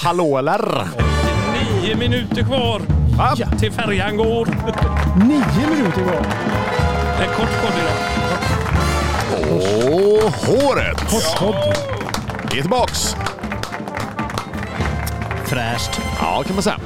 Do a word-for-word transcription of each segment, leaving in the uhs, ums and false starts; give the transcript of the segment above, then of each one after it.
Hallå eller? Nio minuter kvar Va? ja. till färjan går. Nio minuter kvar. Det är kort kort idag. Åh, håret! Kort, kort. Vi är tillbaks. Fräscht. Ja, kan man säga.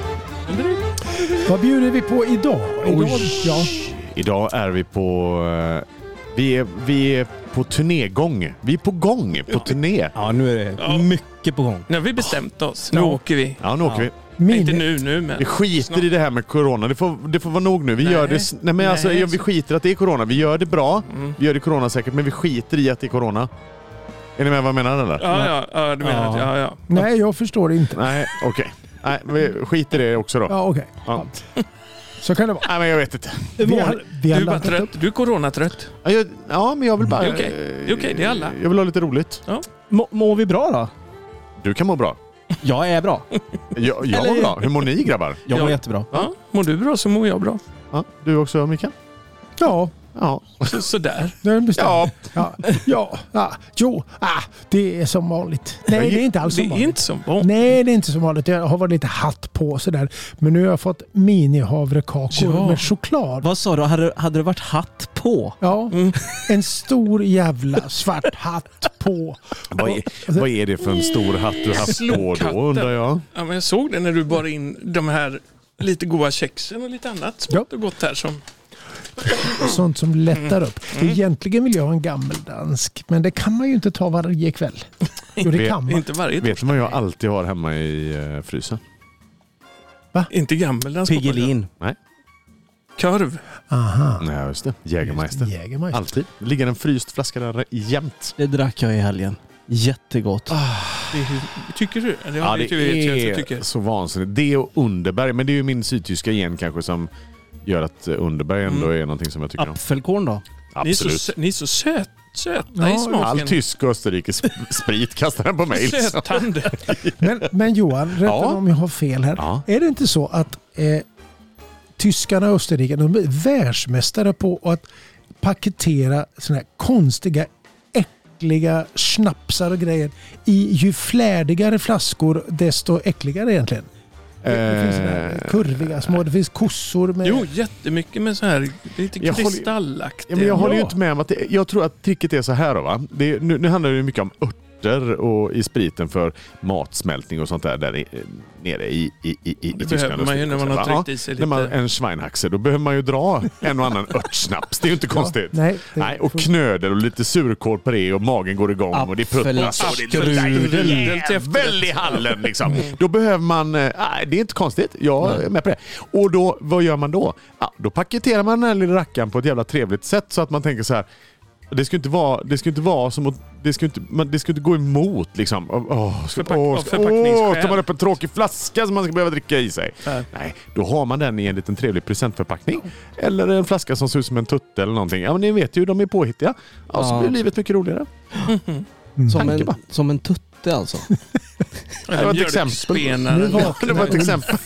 Vad bjuder vi på idag? Idag, ja. Idag är vi på... eh, Vi är, vi är på turnégång. Vi är på gång på turné. Ja, nu är det Ja. mycket på gång. Nu har vi bestämt oss. Nu Ja. åker vi. Ja, nu åker Ja. vi. Min, Inte nu, nu men... Vi skiter snart. i det här med corona. Det får, det får vara nog nu. Vi Nej. gör det... s- Nej, men alltså, Nej. ja, vi skiter att det är corona. Vi gör det bra. Mm. Vi gör det corona säkert, men vi skiter i att det är corona. Är ni med vad jag menar eller? Ja, ja, ja, du menar Ja. att... Ja, ja. nej, jag förstår inte. Nej, okej. Nej, vi skiter i det också då. Ja, okej. Ja. Så kan det vara. Nej, men jag vet inte. Vi har, vi Du har är bara laddat trött. upp. Du är coronatrött. Ja, jag, ja, men jag vill bara... Det är okej. Det är okej, det är alla. Jag vill ha lite roligt. Må, mår vi bra då? Du kan må bra. Jag är bra. Jag, jag mår Eller- bra. Hur mår ni grabbar? Jag mår Ja. jättebra. Ja, mår du bra så mår jag bra. Ja, du också Mikael? Ja, Ja. Så, sådär. det är bestämt. Ja. Ja, ja, ja. Jo, ah, det är som vanligt. Nej, det är inte alls Det som är vanligt. inte som vanligt. Nej, det är inte som vanligt. Jag har varit lite hatt på sådär. Men nu har jag fått mini-havrekakor Ja. med choklad. Vad sa du? Hade, hade det varit hatt på? Ja, Mm. en stor jävla svart hatt på. Vad är, vad är det för en stor hatt du haft på Slokhatten. då, undrar jag? Ja, men jag såg det när du bar in de här lite goda kexen och lite annat smått och gott här som... Sånt som lättar upp. Mm. Egentligen vill jag ha en gammeldansk. Men det kan man ju inte ta varje kväll. Jo, det Vet- kan man. Inte varje Vet du vad jag alltid har hemma i uh, frysen? Inte gammeldans. Piggelin. Korv. Aha. Nej, just det. Jägermeister. Jägermeister. Alltid. Det ligger en fryst flaska där jämt. Det drack jag i helgen. Jättegott. Det är, hur- tycker du? Eller Ja, vet det du vet jag är inte tycker. så vansinnigt. Det och Underberg, men det är ju min sydtyska gen kanske som gör att eh, Underberg ändå är någonting som jag tycker om. Apfelkorn då? Ni är så, Absolut. sö- ni är så söt, söta Ja, i smaken. All tysk och österrikisk sprit kastar den på mig. liksom. Sötand. Men, men Johan, rätta Ja. om jag har fel här. Ja. Är det inte så att eh, tyskarna och Österrike de är världsmästare på att paketera såna här konstiga, äckliga snapsar och grejer i ju flärdigare flaskor desto äckligare egentligen? Det, det finns såna här Eh, kurviga små, det finns kossor med... Jo, jättemycket med så här lite Jag håller- kristallaktigt. Ja, men jag håller ju Ja. inte med om att det, jag tror att tricket är så här då, va? Det är, nu, nu handlar det ju mycket om örter och i spriten för matsmältning och sånt där, där i, nere i, i, i, i Det Tyskland. behöver man ju när man har Ja, tryckt i sig när man, lite. en Schweinhaxe, då behöver man ju dra en och annan örtsnaps. Det är ju inte konstigt. Nej, det- Nej, och knödel och lite surkål på det och magen går igång och det pruttas och det Apfelstrudel till är efterrätt. jävel i hallen liksom. Då behöver man, eh, nej det är inte konstigt, jag är med på det. Och då, vad gör man då? Ja, då paketerar man den här lilla rackaren på ett jävla trevligt sätt så att man tänker så här. Det ska inte vara, det ska inte vara som att, det ska inte, man, det ska inte gå emot liksom. Åh, oh, ska, Förpack- åh, av ska, förpackningsskäl. åh, tar man upp en tråkig flaska som man ska behöva dricka i sig. Ja. Nej, då har man den i en liten trevlig presentförpackning. Eller en flaska som ser ut som en tutte eller någonting. Ja, men ni vet ju, de är påhittiga. Ja, så Ja. blir livet mycket roligare. Mm. Som Tanke en, bara. som en tutte alltså. Det var ett exempel. Mjölkspenare. Nu var- Ja, det var ett exempel.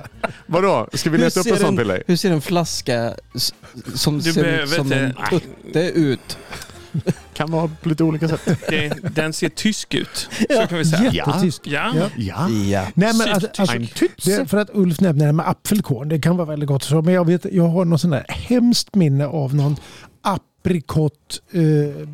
Vadå? Ska vi leta upp en sån en, till dig? hur ser en flaska s- som Du ser ut behöver som en inte- tutte ut? Kan vara på lite olika sätt. Det, den ser tysk ut. Så kan vi säga. Jättetysk. Ja. Ja. Ja. Ja. Nej, men alltså, Tysk- alltså, Ein Tütze. det, för att Ulf nämner det här med apfelkorn, det kan vara väldigt gott. Så, men jag, vet, jag har någon sån där hemskt minne av någon aprikot eh,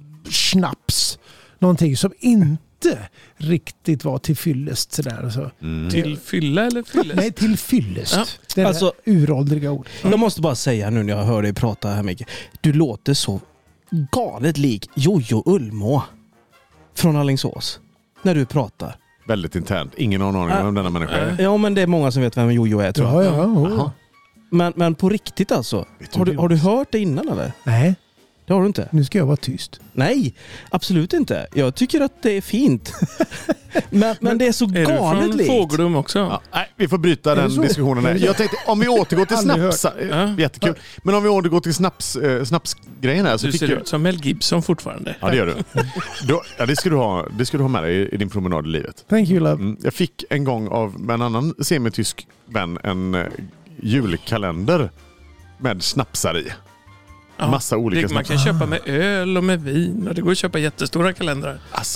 snaps. Någonting som inte riktigt var till fyllest. Sådär, så. Mm. Till fylla eller fyllest? Nej, till fyllest. Ja. Det är Alltså- det uråldriga ord. Jag måste bara säga nu när jag hör dig prata här Micke. Du låter så galet lik Jojo Ulmå från Alingsås. När du pratar. Väldigt internt. Ingen har en aning om vem denna människa är. Ja men det är många som vet vem Jojo är tror jag. Ja, ja, ja. Jaha. Men, men på riktigt alltså. Vet du Har du, det har du också? hört det innan eller? Nej, Det har du inte? nu ska jag vara tyst. Nej, absolut inte. Jag tycker att det är fint. men, men det är så Är du galet från likt. Fågelum också? Ja, nej, vi får bryta Är det den så? diskussionen. Är Här. det så? Jag tänkte, om vi återgår till Aldrig snaps. eh, Ja. Jättekul. Men om vi återgår till snaps, eh, snapsgrejen här så Du fick ser jag... ut som Mel Gibson fortfarande. Ja, det gör du. Då, ja, det ska du ha, det ska du ha med dig i, i din promenad i livet. Thank you love. Mm. Jag fick en gång av en annan semitysk vän en eh, julkalender med snapsar i. Ja, Massa olika det, man snaps. kan köpa med öl och med vin och det går att köpa jättestora kalendrar. Alltså, f-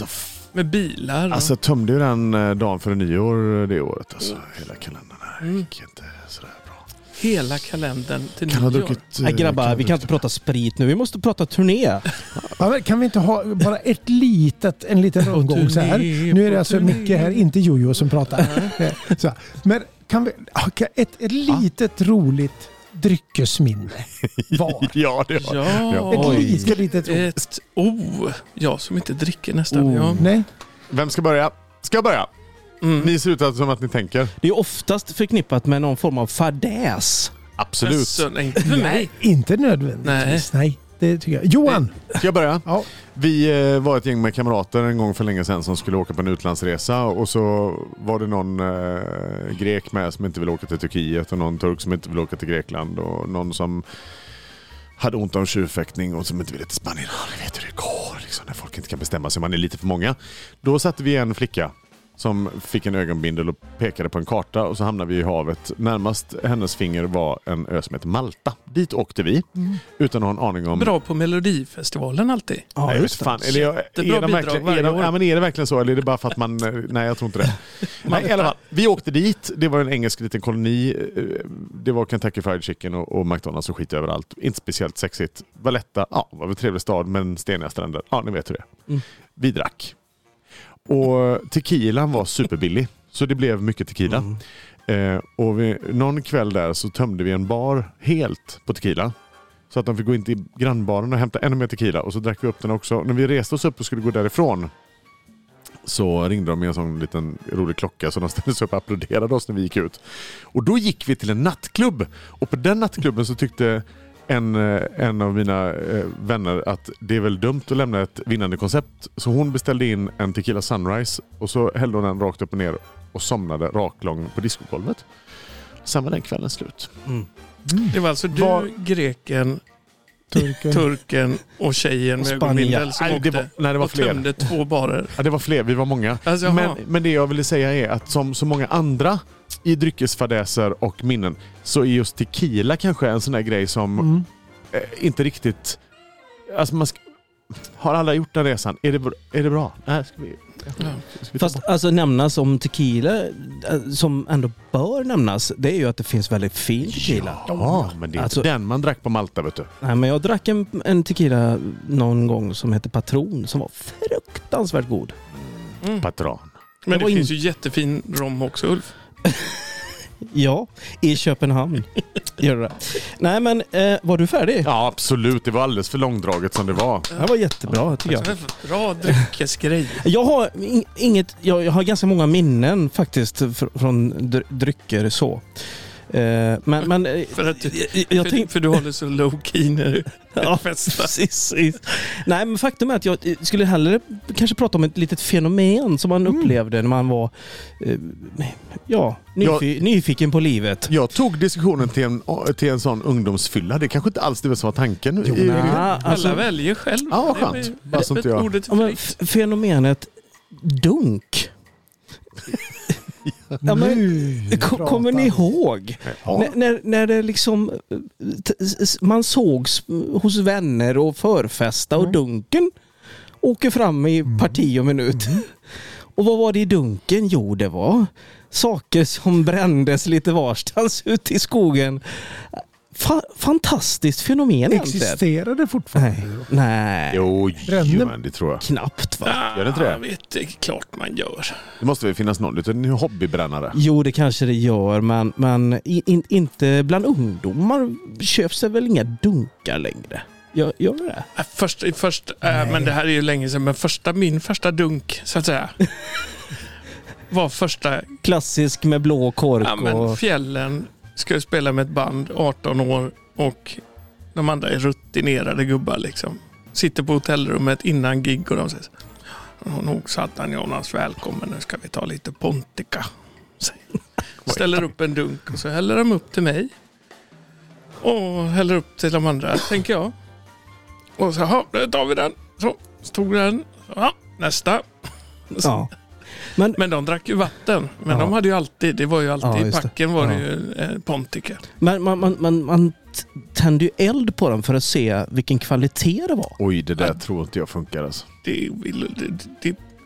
Med bilar. Och... Alltså jag tömde ju den eh, dagen före nyår det året. Alltså, mm. Hela kalendern här mm. gick inte sådär bra. Hela kalendern till kan nyår. Druckit, Nej grabbar, kan vi kan inte prata sprit nu. Vi måste prata turné. Ja, kan vi inte ha bara ett litet, en liten rundgång så här? Nu är det alltså Micke här, inte Jojo som pratar. Så, men kan vi ett, ett litet roligt dryckesminne var? Ja, det var. Ja. Ett litet, litet ett, oh, jag som inte dricker nästan. Oh. Ja. Nej. Vem ska börja? Ska jag börja? Mm. Ni ser ut som att ni tänker. Det är oftast förknippat med någon form av fadäs. Absolut. Alltså, nej, inte för mig. Nej, inte nödvändigtvis. Nej. Nej, det tycker jag. Johan! Ska jag börja? Ja. Vi eh, var ett gäng med kamrater en gång för länge sedan som skulle åka på en utlandsresa och så var det någon eh, grek med som inte ville åka till Turkiet och någon turk som inte ville åka till Grekland och någon som hade ont av tjurfäktning och som inte ville till Spanien. Ni vet hur det går liksom, när folk inte kan bestämma sig, man är lite för många. Då satte vi en flicka som fick en ögonbindel och pekade på en karta och så hamnade vi i havet. Närmast hennes finger var en ö som heter Malta. Dit åkte vi mm. utan att ha en aning om... Bra på Melodifestivalen alltid. Ja, nej, just fan. Eller, är, är, de verkligen, är, de, ja, men är det verkligen så eller är det bara för att man... Nej, jag tror inte det. Nej, i alla fall, vi åkte dit. Det var en engelsk liten koloni. Det var Kentucky Fried Chicken och, och McDonalds och skit överallt. Inte speciellt sexigt. Valletta, ja, var väl trevlig stad men steniga stränder. Ja, ni vet hur det är. Mm. Vi drack. Och tequilan var superbillig. Så det blev mycket tequila. Mm. Eh, och vi, någon kväll där så tömde vi en bar helt på tequila. Så att de fick gå in till grannbaren och hämta ännu mer tequila. Och så drack vi upp den också. När vi reste oss upp och skulle gå därifrån så ringde de med en sån liten rolig klocka. Så de ställde sig upp och applåderade oss när vi gick ut. Och då gick vi till en nattklubb. Och på den nattklubben så tyckte... En, en av mina eh, vänner att det är väl dumt att lämna ett vinnande koncept. Så hon beställde in en tequila sunrise och så hällde hon den rakt upp och ner och somnade raklång på diskogolvet. Sen var den kvällen slut. Mm. Mm. Det var alltså du, var... greken, turken. turken och tjejen med ögonbindel som nej, åkte det var, nej, det var och fler. tömde två barer. Ja, det var fler, vi var många. Alltså, men, men det jag ville säga är att som så många andra i dryckesfadäser och minnen så är just tequila kanske en sån där grej som mm. eh, inte riktigt... Alltså man ska, har alla gjort den resan? Är det, är det bra? Nej, ska vi, ja. ska vi Fast alltså nämnas om tequila som ändå bör nämnas, det är ju att det finns väldigt fin tequila. Ja, men det är alltså, inte den man drack på Malta, vet du. Nej, men jag drack en, en tequila någon gång som heter Patron som var fruktansvärt god. Mm. Patron. Men det, det in... finns ju jättefin rom också, Ulf. Ja, i Köpenhamn. Gör det. Nej, men eh, var du färdig? Ja, absolut. Det var alldeles för långdraget som det var. Det var jättebra, tycker jag. Bra dryckesgrej. Jag har inget, jag, jag har ganska många minnen faktiskt från drycker så. Uh, men, men, för, att du, jag, jag för, tänk... för du håller så low key när du ja, precis. Nej, men faktum är att jag skulle hellre kanske prata om ett litet fenomen som man mm. upplevde när man var uh, ja, nyfi- jag, nyfiken på livet. Jag tog diskussionen till en, till en sån ungdomsfylla. Det kanske inte alls det som var tanken. Jo, I, nah, alla alltså, väljer själv. Ja, skönt. Bara sånt jag. Ja, men fenomenet dunk. Ja, men, kommer ni ihåg ja. när, när, när det liksom man sågs hos vänner och förfesta och mm. dunken åker fram i parti och minut mm. och vad var det i dunken? Jo, det var saker som brändes lite varstans ute i skogen. Fa- fantastiskt fenomen. Existerar det fortfarande? Nej. Nej. Jo, jo men det tror jag. Knappt, va? Ah, gör det inte det? Jag vet, det är klart man gör. Det måste väl finnas någon liten hobbybrännare. Jo, det kanske det gör, men, men in, inte bland ungdomar köps det väl inga dunkar längre. Gör, gör det? Äh, först, först äh, men det här är ju länge sedan, men första, min första dunk, så att säga, var första... Klassisk med blå kork. Ja, men och... fjällen... Ska spela med ett band, arton år, och de andra är rutinerade gubbar liksom. Sitter på hotellrummet innan gig och de säger och nog satan Jonas, välkommen, nu ska vi ta lite Pontica. Ställer upp en dunk och så häller de upp till mig. Och häller upp till de andra, tänker jag. Och så, ja, nu tar vi den. Så, stod den. Ja, nästa. Ja. Men, men de drack ju vatten. Men ja. de hade ju alltid, det var ju alltid ja, i packen var ja. det ju eh, Pontica. Men man, man, man, man tände ju eld på dem för att se vilken kvalitet det var. Oj, det där ja. tror inte jag funkar alltså. Det, det, det, det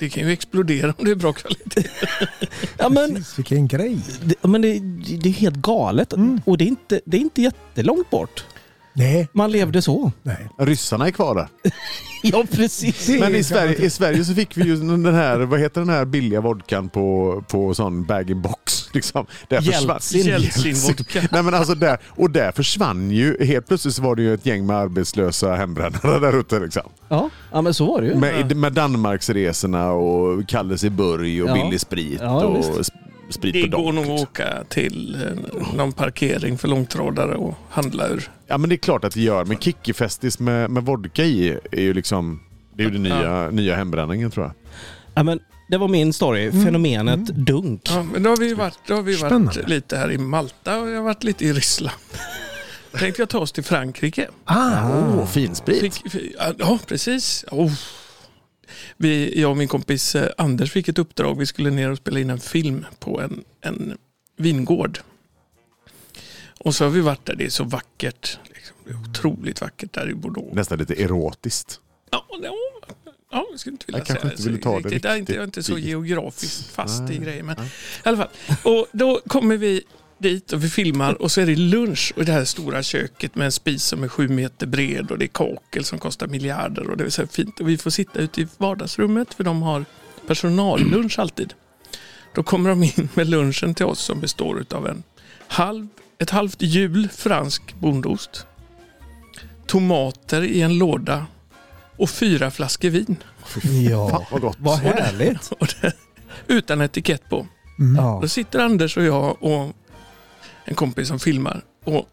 det kan ju explodera om det är bra kvalitet. Ja, men, Precis, vilken grej. det, men det, det är helt galet. Mm. Och det är, inte, det är inte jättelångt bort. Nej. Man levde så. Nej. Ryssarna är kvar där. Ja, precis. Det- Men i Sverige, i Sverige så fick vi ju den här, vad heter den här billiga vodkan på, på sån bag-in-box. Liksom. Där försvann- Jeltsin. Jeltsin-vodka. Nej, men alltså där, och där försvann ju, helt plötsligt så var det ju ett gäng med arbetslösa hembrännare där ute. Liksom. Ja, ja, men så var det ju. Med, med Danmarksresorna och Kalles i burg och Ja. billig sprit Ja, och visst. sp- sprit Det på går donk. nog att Liksom. åka till eh, någon parkering för långtradare och handla ur. Ja, men det är klart att det gör. Men Kikki-festis med, med vodka i är ju liksom, det är ju den nya, Ja. nya hembränningen, tror jag. Ja, men det var min story. Fenomenet dunk. Ja, men då har vi ju varit, då har vi varit Spännande. lite här i Malta och jag har varit lite i Ryssland. Tänkte jag ta oss till Frankrike. Ah, Åh, finsprit. Fick, fick, ja, precis. Oh. Vi, jag och min kompis eh, Anders fick ett uppdrag. Vi skulle ner och spela in en film på en, en vingård. Och så har vi varit där. Det är så vackert. Liksom. Det är otroligt vackert där i Bordeaux. Nästan lite erotiskt. Ja, ja, ja, jag skulle inte vilja Jag kanske säga inte ville ta det riktigt. Jag är inte, jag är riktigt inte så dit. geografiskt fast Nej, i grejer. Men nej. i alla fall. Och då kommer vi dit och vi filmar och så är det lunch och det här stora köket med en spis som är sju meter bred och det är kakel som kostar miljarder och det är så fint. Och vi får sitta ute i vardagsrummet för de har personallunch alltid. Då kommer de in med lunchen till oss som består av en halv, ett halvt hjul fransk bondost, tomater i en låda och fyra flaskor vin. Ja, Fan vad gott. vad härligt. Och det, utan etikett på. Ja. Då sitter Anders och jag och en kompis som filmar och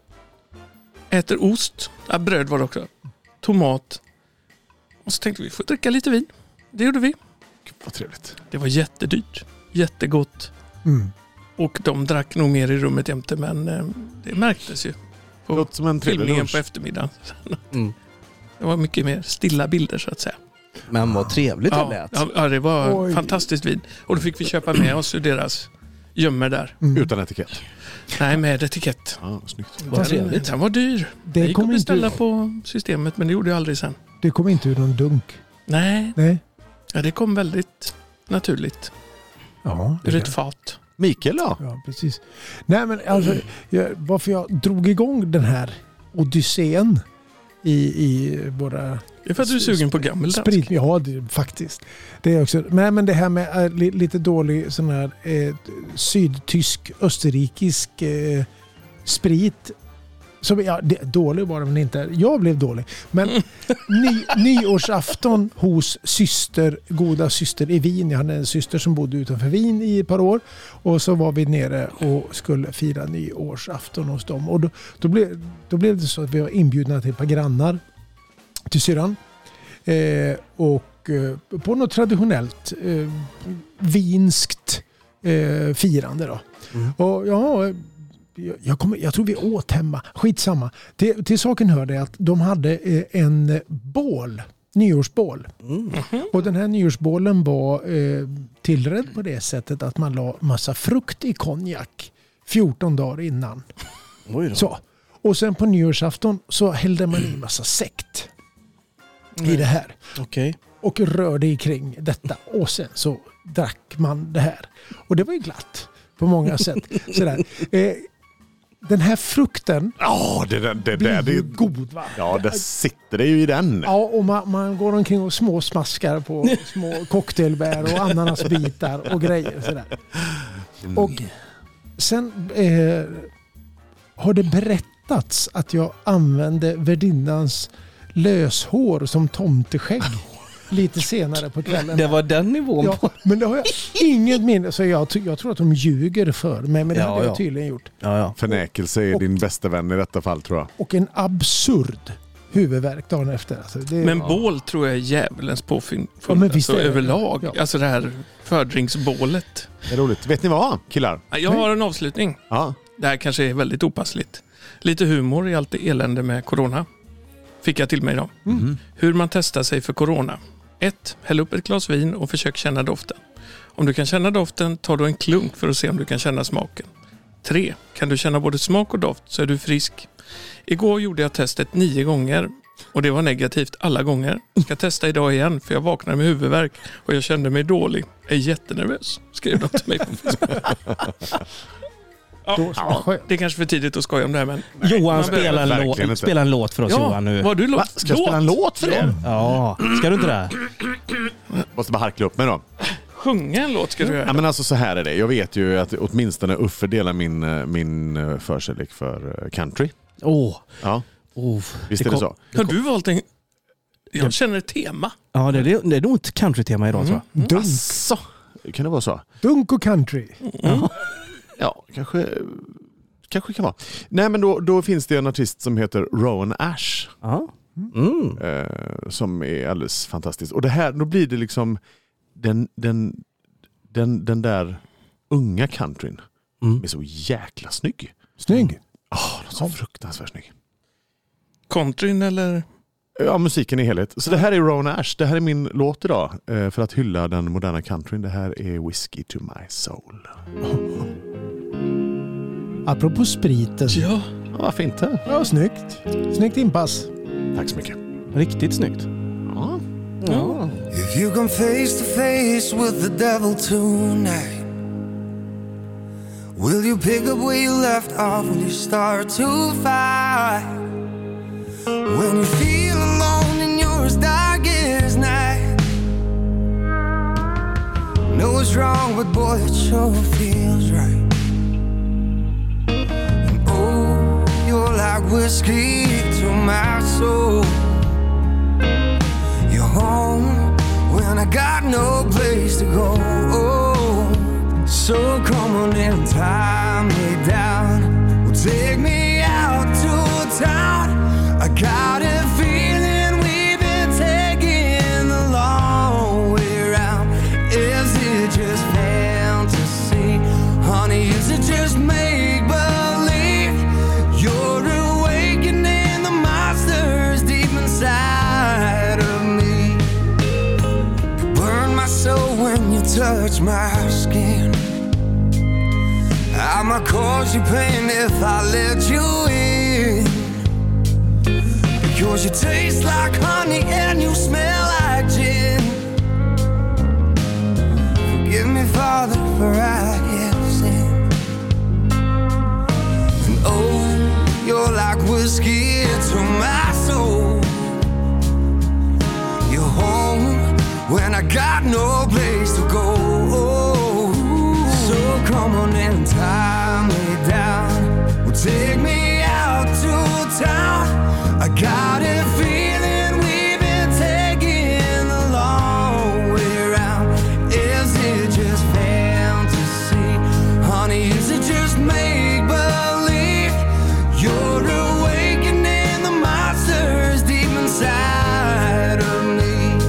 äter ost, ja, bröd var det också, tomat. Och så tänkte vi, vi får dricka lite vin. Det gjorde vi. Gud, vad trevligt. Det var jättedyrt, jättegott. mm. Och de drack nog mer i rummet jämte, men eh, det märktes ju. Det låter som en trevlig Filmningen lunch. på eftermiddagen. Mm. Det var mycket mer stilla bilder så att säga. Men vad trevligt det Ja, lät. ja, ja, det var Oj. fantastiskt vin. Och då fick vi köpa med oss ur deras gömmer där. Mm. Utan etikett. Nej, med etikett. Ja, snyggt. Vad trevligt. Den var dyr. Det Jag gick och kom, beställa inte, på systemet, men det gjorde jag aldrig sen. det kom inte ur någon dunk. Nej, Nej. ja, det kom väldigt naturligt. Ja, det Ur ett kan- fat. Mikael då? Ja, precis. Nej, men alltså, jag, varför jag drog igång den här odyssén i, i våra Det är för att du är sugen på gammeldansk. sprit. Ja, det, faktiskt. Det är också. Nej, men det här med äh, li, lite dålig sån här eh, sydtysk, österrikisk eh, sprit. Som, ja, det, dålig var den inte. Jag blev dålig. Men ny, nyårsafton hos syster, goda syster i Wien. Jag hade en syster som bodde utanför Wien i ett par år. Och så var vi nere och skulle fira nyårsafton hos dem. Och då, då, blev, då blev det så att vi var inbjudna till ett par grannar till syrran. Eh, och eh, på något traditionellt eh, vinskt eh, firande då. Mm. Och ja, jag, jag, kommer, jag tror vi åt hemma. Skitsamma. Till, till saken hörde att de hade eh, en bål, nyårsbål. Mm. Och den här nyårsbålen var eh, tillredd på det sättet att man la massa frukt i konjak fjorton dagar innan. Oj då. Så. Och sen på nyårsafton så hällde man i massa sekt i det här. Okej. Och rörde i kring detta. Och sen så drack man det här. Och det var ju glatt på många sätt. Sådär. Eh, den här frukten Ja, det, det, det blir där. Det, ju god, va? ja, det sitter det ju i den. Ja, och man, man går omkring och småsmaskar på små cocktailbär och ananasbitar och grejer. Sådär. Och sen eh, har det berättats att jag använde värdinnans löshår som tomteskägg lite senare på kvällen. Det var den nivån Ja, på. men det har jag inget minne. Så jag, jag tror att de ljuger för mig, men det Ja, hade jag ja. tydligen gjort. Ja, ja. Förnekelse är Och- din bästa vän i detta fall, tror jag. Och en absurd huvudvärk dagen efter. Alltså det, Men bål tror jag är djävulens påfund Ja, men visst alltså, är det. överlag. Ja. Alltså det här fördrinksbålet. Det är roligt. Vet ni vad, killar? Jag har en avslutning. Ja. Det här kanske är väldigt opassligt. Lite humor i allt det elände med corona. Fick jag till mig idag. Mm. Hur man testar sig för corona. ett. Häll upp ett glas vin och försök känna doften. Om du kan känna doften, tar du en klunk för att se om du kan känna smaken. tre. Kan du känna både smak och doft så är du frisk. Igår gjorde jag testet nio gånger Och det var negativt alla gånger. Jag ska testa idag igen för jag vaknade med huvudvärk och jag kände mig dålig. Jag är jättenervös, skrev de till mig på Facebook. Ja, ja, det är kanske för tidigt att skoja om det här, men... Johan, spela en, låt, spela en låt för oss, ja, Johan. Nu. Var du låt? Va? Ska jag spela en låt för er? Ja, ska du inte det? Måste bara harkla upp mig då. Sjunga en låt ska du göra. Ja, men alltså så här är det. Jag vet ju att åtminstone Uffe delar min, min förkärlek för country. Åh. Oh. Ja. Oh. Visst det är det så? Har du valt en... Jag känner ett tema. Ja, det är, det är nog ett country-tema idag, tror jag. Mm. Dunk. Asså. Kan det vara så? Dunk och country. Mm. Ja, kanske... Kanske kan vara. Nej, men då, då finns det en artist som heter Rowan Ash. Ja. Mm. Eh, som är alldeles fantastisk. Och det här, då blir det liksom den, den, den, den där unga countryn mm. är så jäkla snygg. Snygg? Ja, oh, så fruktansvärt snygg. Countryn eller? Ja, musiken i helhet. Så det här är Rowan Ash. Det här är min låt idag eh, för att hylla den moderna countryn. Det här är Whiskey to my soul. Oh. Apropå spriten. Ja, varför inte? Ja, snyggt. Snyggt inpass. Tack så mycket. Riktigt snyggt. Ja. Ja. If you come face to face with the devil tonight, will you pick up where you left off? Will you start to fight? When you feel alone in your darkest night, know what's wrong, but boy, it sure feels right. You're like whiskey to my soul. You're home when I got no place to go. So come on and tie me down. Well, take me out to town. I got a feeling we've been taking the long way around. Is it just fantasy? Honey, is it just make believe? You're awakening the monsters deep inside of me. You burn my soul when you touch my skin. I might cause you pain if I let you in. Because you taste like honey and you smell like gin. Forgive me, Father, for I have sinned. And oh, you're like whiskey to my soul. You're home when I got no place to go. So come on and tie me down. Well, take me out to town. I got a feeling we've been taking the long way around. Is it just fantasy? Honey, is it just make believe? You're awakening the monsters deep inside of me.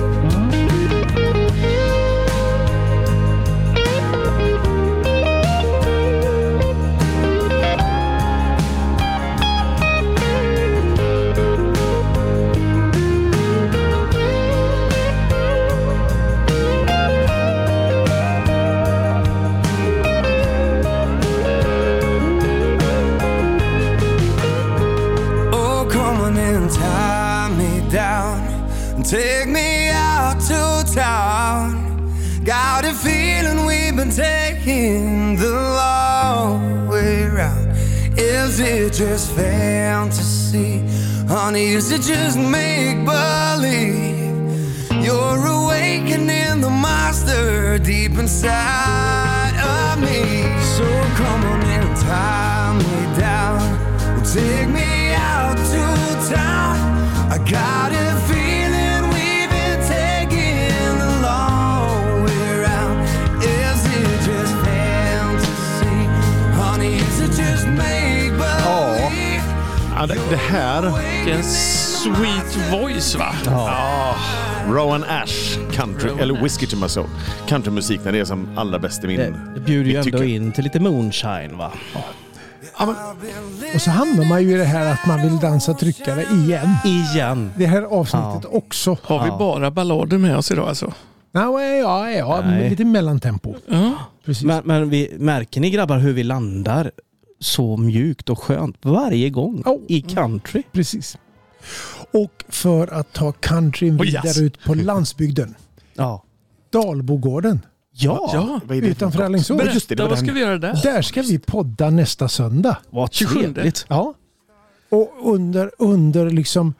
Take me out to town. Got a feeling we've been taking the long way round. Is it just fantasy? Honey, is it just make believe? You're awakening the monster deep inside of me. So come on and tie me down. Well, take me out to town. I got a feeling we've been taking the long way around. Is it just fantasy? Honey, is it just make believe? Ja, det, det här... Vilken sweet voice, va? Ja. Rowan Ash, country, Rowan eller Whiskey to my soul. Countrymusik när det är som allra bäst i min... Det, det bjuder ju ändå in till lite moonshine, va? Ja. Ja, men, och så hamnar man ju i det här att man vill dansa tryckare igen. Igen. Det här avsnittet ja. också. Har vi ja. bara ballader med oss idag alltså? Ja, ja, ja lite mellantempo. Ja. Precis. Men, men vi, märker ni grabbar hur vi landar så mjukt och skönt varje gång oh. i country? Precis. Och för att ta countryn Oh, vidare yes. ut på landsbygden. Ja. Dalbogården. Ja. Ja. Vad är det för Utanför något? Alingsås. Berätta, Just det, det var vad den. ska vi göra där? Där ska vi podda nästa söndag. Vad tjugosjunde. trevligt. Ja. Och under, under liksom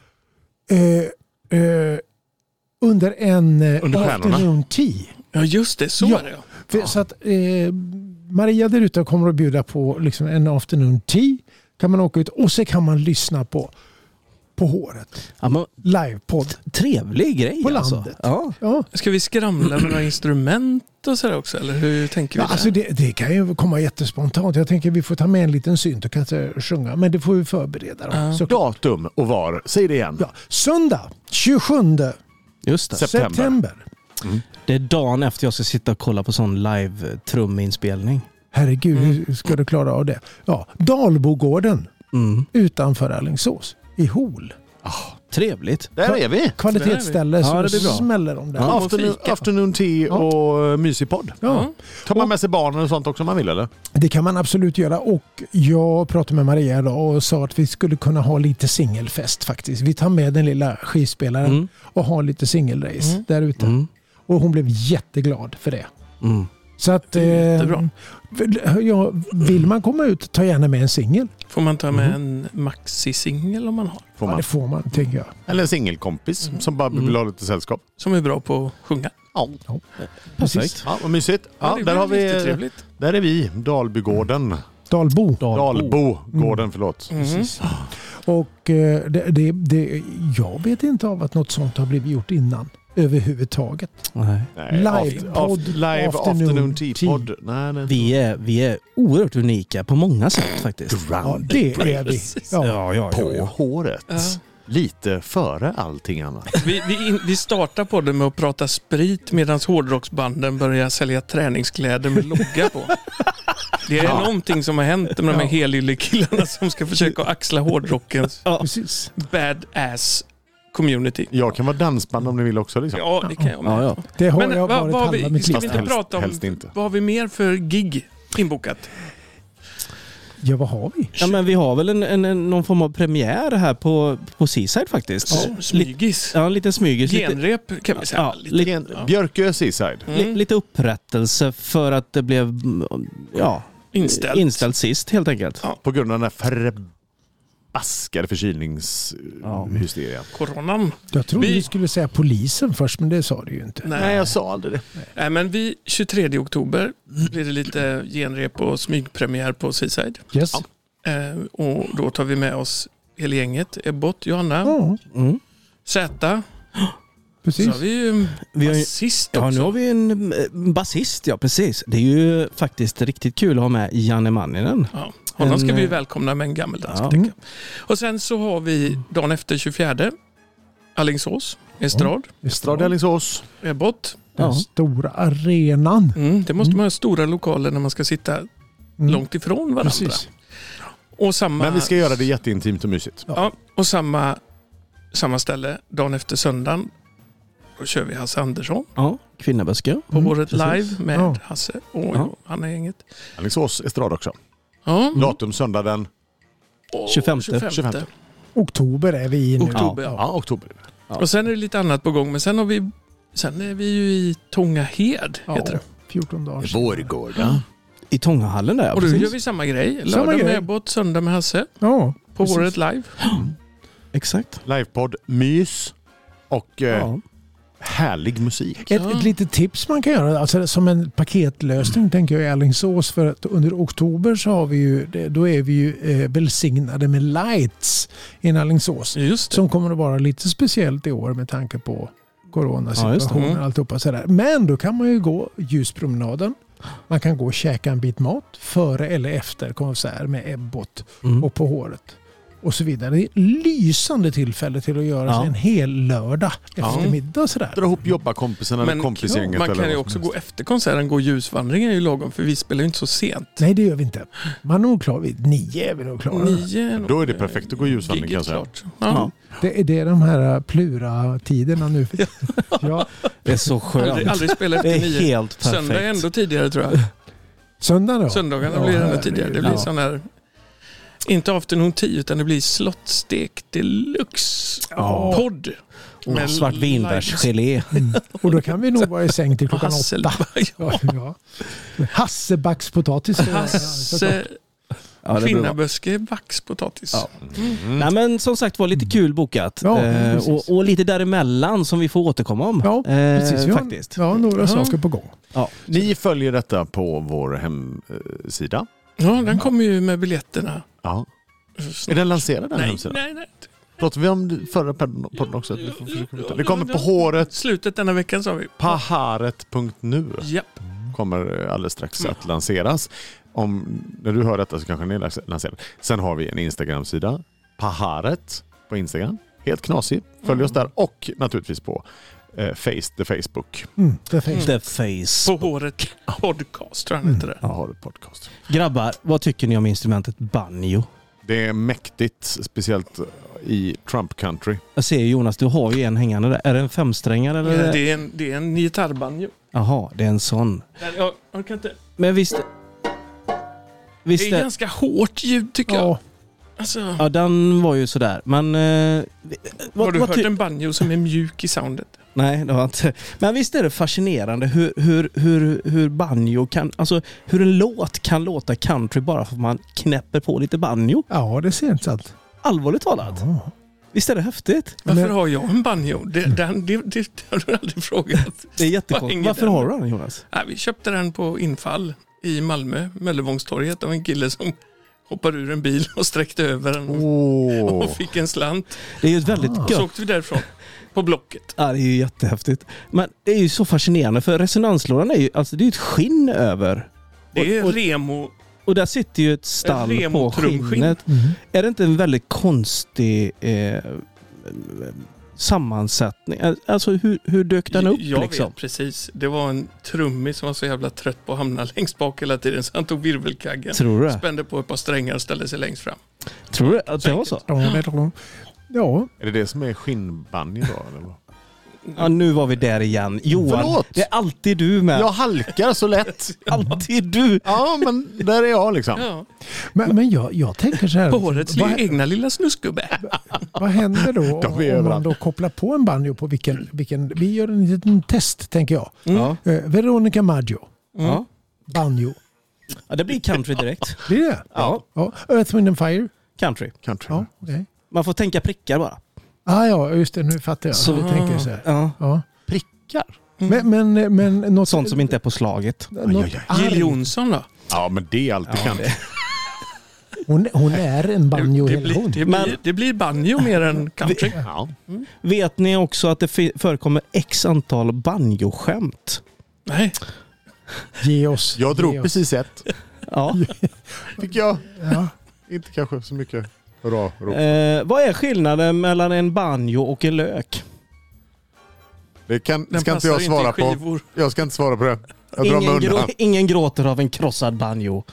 eh, eh, under en eh, Under stjärnorna. afternoon tea. Ja, just det. Så Ja. är det. För, så att eh, Maria där ute kommer att bjuda på liksom en afternoon tea. Kan man åka ut och så kan man lyssna på på håret. Ja, men, Livepodd. trevlig grej På alltså. landet. Ja. Ja. Ska vi skramla med några instrument och sådär också? Eller hur tänker vi Ja, där? alltså det, det kan ju komma jättespontant. Jag tänker vi får ta med en liten synt och kanske sjunga. Men det får vi förbereda. Då, Ja. såklart. Datum och var. Säg det igen. Ja. Söndag tjugosjunde Just det. September. september. Det är dagen efter jag ska sitta och kolla på sån live-truminspelning. Herregud, Mm. hur ska du klara av det? Ja, Dalbogården Mm. utanför Alingsås i Hol. Trevligt. Där är vi. Kvalitetsställe Ja, så det blir bra. smäller de där. Ja. Ja. och Afternoon, fika. afternoon tea och mysig podd. Ja. Tar man med sig barnen och sånt också om man vill eller? Det kan man absolut göra och jag pratade med Maria idag och sa att vi skulle kunna ha lite singelfest faktiskt. Vi tar med den lilla skivspelaren Mm. och har lite singelrace Mm. där ute. Mm. Och hon blev jätteglad för det. Mm. Så att, Det är jättebra. eh, ja, vill man komma ut, ta gärna med en singel. Får man ta med en maxi-singel om man har? Får Ja, man. det får man, tänker jag. Eller en singelkompis som bara vill ha lite sällskap. Som är bra på att sjunga. Ja, Perfekt. ja vad mysigt. Ja, det där, blir har vi, jättetrevligt. där är vi, Dalbygården. Dalbo. Dalbogården, förlåt. Mm. Och eh, det, det, det, jag vet inte av att något sånt har blivit gjort innan. Överhuvudtaget. Nej. Nej, Live-podd, aft- live afternoon afternoon tea. tea-podd. Nej, nej. Vi är, vi är oerhört unika på många sätt faktiskt. Ja, det är vi. Precis. Ja. Ja, ja, På ja, ja. håret. Ja. Lite före allting annat. Vi, vi, in, vi startar på det med att prata sprit medan hårdrocksbanden börjar sälja träningskläder med logga på. Det är någonting som har hänt med de här Ja. helyllekillarna som ska försöka axla hårdrockens Precis. badass community. Jag kan vara dansband om ni vill också. Liksom. Ja, det kan jag med. Ja, ja. Det har Men jag vad, varit vad har halva vi, mitt ska liv. vi inte Helst- prata om, helst inte. vad har vi mer för gig inbokat? Ja, vad har vi? Ja, men vi har väl en, en, en, någon form av premiär här på, på Seaside faktiskt. S- Lite, Smygis. ja, en liten smygis. Lite, Genrep kan vi säga. ja, Lite- lite, Igen, Björkö Seaside. li, Mm. lite upprättelse för att det blev mm, ja, Inställt. inställt sist helt enkelt. Ja. På grund av den här förbaskade förkylningshysteria. Coronan. Jag trodde Vi- vi skulle säga polisen först, men det sa du ju inte. Nej. Nej, jag sa aldrig det. Nej, men vi tjugotredje oktober blir det lite genrep och smygpremiär på Seaside. Yes. Eh, och då tar vi med oss hela gänget. Ebbot, Johanna, Ja, Mm. Zäta. precis. Så har vi ju en Vi har ju, basist ja, också. nu har vi en eh, basist, ja precis. Det är ju faktiskt riktigt kul att ha med Janne Manninen. Ja, honom ska En, vi ju eh, välkomna med en gammeldansk ja. tycker jag. Och sen så har vi dagen efter tjugofjärde Alingsås, Estrad, Estrad Alingsås. Ebbot. Den Ja. stora arenan. Mm, det måste man ha stora lokaler när man ska sitta Mm. långt ifrån varandra. Precis. Och samma, Men vi ska göra det jätteintimt och mysigt. Ja, och samma, samma ställe dagen efter söndagen. Då kör vi Hasse Andersson Ja, Kvinnaböske. på Mm, vårt precis. live med Ja. Hasse och Ja. han är gänget. Alingsås Estrad också. Ja. Datum söndag den Och tjugofemte. tjugofemte. Oktober är vi i nu. Oktober, Ja. Ja, oktober. Och sen är det lite annat på gång. Men sen, har vi, sen är vi ju i Tångahed, Ja, heter det. fjorton dagar sedan. Vårgårda. I Tångahallen där, ja, Och då precis. gör vi samma grej. Samma Lördag med grej. Ebbot, söndag med Hasse. Ja, På precis. Håret live. Exakt. Livepodd, mys och eh, Ja. härlig musik. Ett, Ja. ett litet tips man kan göra, alltså som en paketlösning tänker jag i Alingsås, för att under oktober så har vi ju, det- då är vi ju eh, välsignade med lights i Alingsås. Just det. Som kommer att vara lite speciellt i år med tanke på coronasituationen Ja, just det. och Mm. alltihopa sådär. Men då kan man ju gå ljuspromenaden. Man kan gå och käka en bit mat före eller efter konsert med Ebbot Mm. och På håret. Och så vidare. Det är ett lysande tillfälle till att göra Ja. sig en hel lördag Ja. eftermiddag sådär. Dra ihop jobbarkompisarna eller Men kompisgänget. man eller kan ju vad också som gå helst. efter konserten. Gå ljusvandring är ju lagom för vi spelar ju inte så sent. Nej, det gör vi inte. Man är nog klar vid nio. Är vi nog klara. Nio är nog, Då är det perfekt att gå ljusvandring, gigget kan jag säga. klart. Ja. Ja. Det är det är de här plura-tiderna nu. Ja. Det är så skönt. Aldrig, aldrig spela Det efter är nio. helt perfekt. Söndag är ändå tidigare tror jag. Söndagen då? Söndagarna Ja, blir ännu herregud. tidigare. Det blir Ja. sån här Inte afternoon tio utan det blir slottstek deluxe Ja. podd. Och Med svartvinbärsgelé. Mm. Och då kan vi nog vara i säng till klockan Hassel- åtta. Ja, ja. Hassebackspotatis. Hasse Ja, det blir bra. Skinnaböske vaxpotatis. Ja. Nej, men som sagt var lite kul bokat. Ja, eh, precis. och, och lite däremellan som vi får återkomma om. Ja, eh, precis. Vi har, faktiskt. ja, några Ja. saker på gång. Ja. Ni följer detta på vår hemsida. Ja, den kommer ju med biljetterna. Ja. Snart. Är den lanserad, den Nej, hemsidan? nej, nej. Pratar vi om förra podden också? Vi får försöka hitta. Det kommer på håret. Slutet denna veckan sa vi. Paharet punkt nu Japp. kommer alldeles strax att lanseras. Om, när du hör detta så kanske den är lanserad. Sen har vi en Instagram-sida. Paharet på Instagram. Helt knasig. Följ oss där. Och naturligtvis på eh, Face, the Facebook. Mm, det finns. The Face. På håret podcast tror jag han heter det. Paharet podcast. Grabbar, vad tycker ni om instrumentet banjo? Det är mäktigt, speciellt i Trump country. Jag ser Jonas, du har ju en hängande där. Är det en femsträngare eller? Ja, det är en, det är en gitarrbanjo. Jaha, det är en sån. Jag, jag kan inte. Men visst... Visst Det är är... ganska hårt ljud tycker jag. Ja, Alltså, Ja, den var ju sådär. Men... Eh, vad, har du vad hört ty- en banjo som är mjuk i soundet? Nej, det var inte. Men visst är det fascinerande hur, hur, hur, hur banjo kan... Alltså hur en låt kan låta country bara för att man knäpper på lite banjo. ja, det ser inte sant. Allvarligt talat. Ja. Visst är det häftigt? Varför Men- har jag en banjo? Det, den, det, det, det har du aldrig frågat. Det är Vad jättekonstigt. hänger Varför den? har du den, Jonas? Nej, vi köpte den på infall i Malmö, Möllevångstorget, av en kille som hoppade ur en bil och sträckte över den och, Åh. och fick en slant. Det är ju ett väldigt Ah. Så gött. åkte vi därifrån på Blocket. Ja, det är ju jättehäftigt. Men det är ju så fascinerande för resonanslådan är ju alltså det är ju ett skinn över. Det är och, och, remo. och där sitter ju ett stall En på remotrumskinn. skinnet. Mm. Är det inte en väldigt konstig eh, sammansättning? Alltså hur, hur dök den upp Jag liksom? vet precis. Det var en trummis som var så jävla trött på att hamna längst bak hela tiden så han tog virvelkaggen. Tror du det? Spände på ett par strängar och ställde sig längst fram. Tror du att det var så? Ja, Är det det som är skinnbanjo då? Eller vad? Ja, nu var vi där igen. Johan, Förlåt. det är alltid du med. Jag halkar så lätt. Alltid du. Ja, men där är jag liksom. Ja. men, men jag, jag tänker så här. På årets vad, egna lilla snuskgubbe. vad händer då De är om man överallt. då kopplar på en banjo på vilken, vilken vi gör en liten test tänker jag. Ja. Eh, Veronica Maggio, Ja. banjo. Ja, det blir country direkt. Det är det? Ja, Ja. Earth, Wind and Fire. country. Country. Ja, okej. Man får tänka prickar bara. Ah, ja, just det. Nu fattar jag. Så- Så vi tänker så här. Ja. Ja. Prickar. Men, men, men något Sånt som inte är på slaget. något Aj, aj, Jill arg. Johnson då? Ja, men det är alltid Ja, country. det- Hon, hon är en banjo det, hela blir, hon. det, Men- blir, det blir banjo mer än country. Ja. Vet ni också att det fi- förekommer x antal banjo-skämt? Nej, Ge oss. Jag drog ge oss. precis ett. Ja. Fick jag Ja. inte kanske så mycket hurra rop. Eh, vad är skillnaden mellan en banjo och en lök? Det kan, den ska inte passar jag svara inte i på. skivor. Jag ska inte svara på det. Jag drar mig Ingen, undan. grå, ingen gråter av en krossad banjo.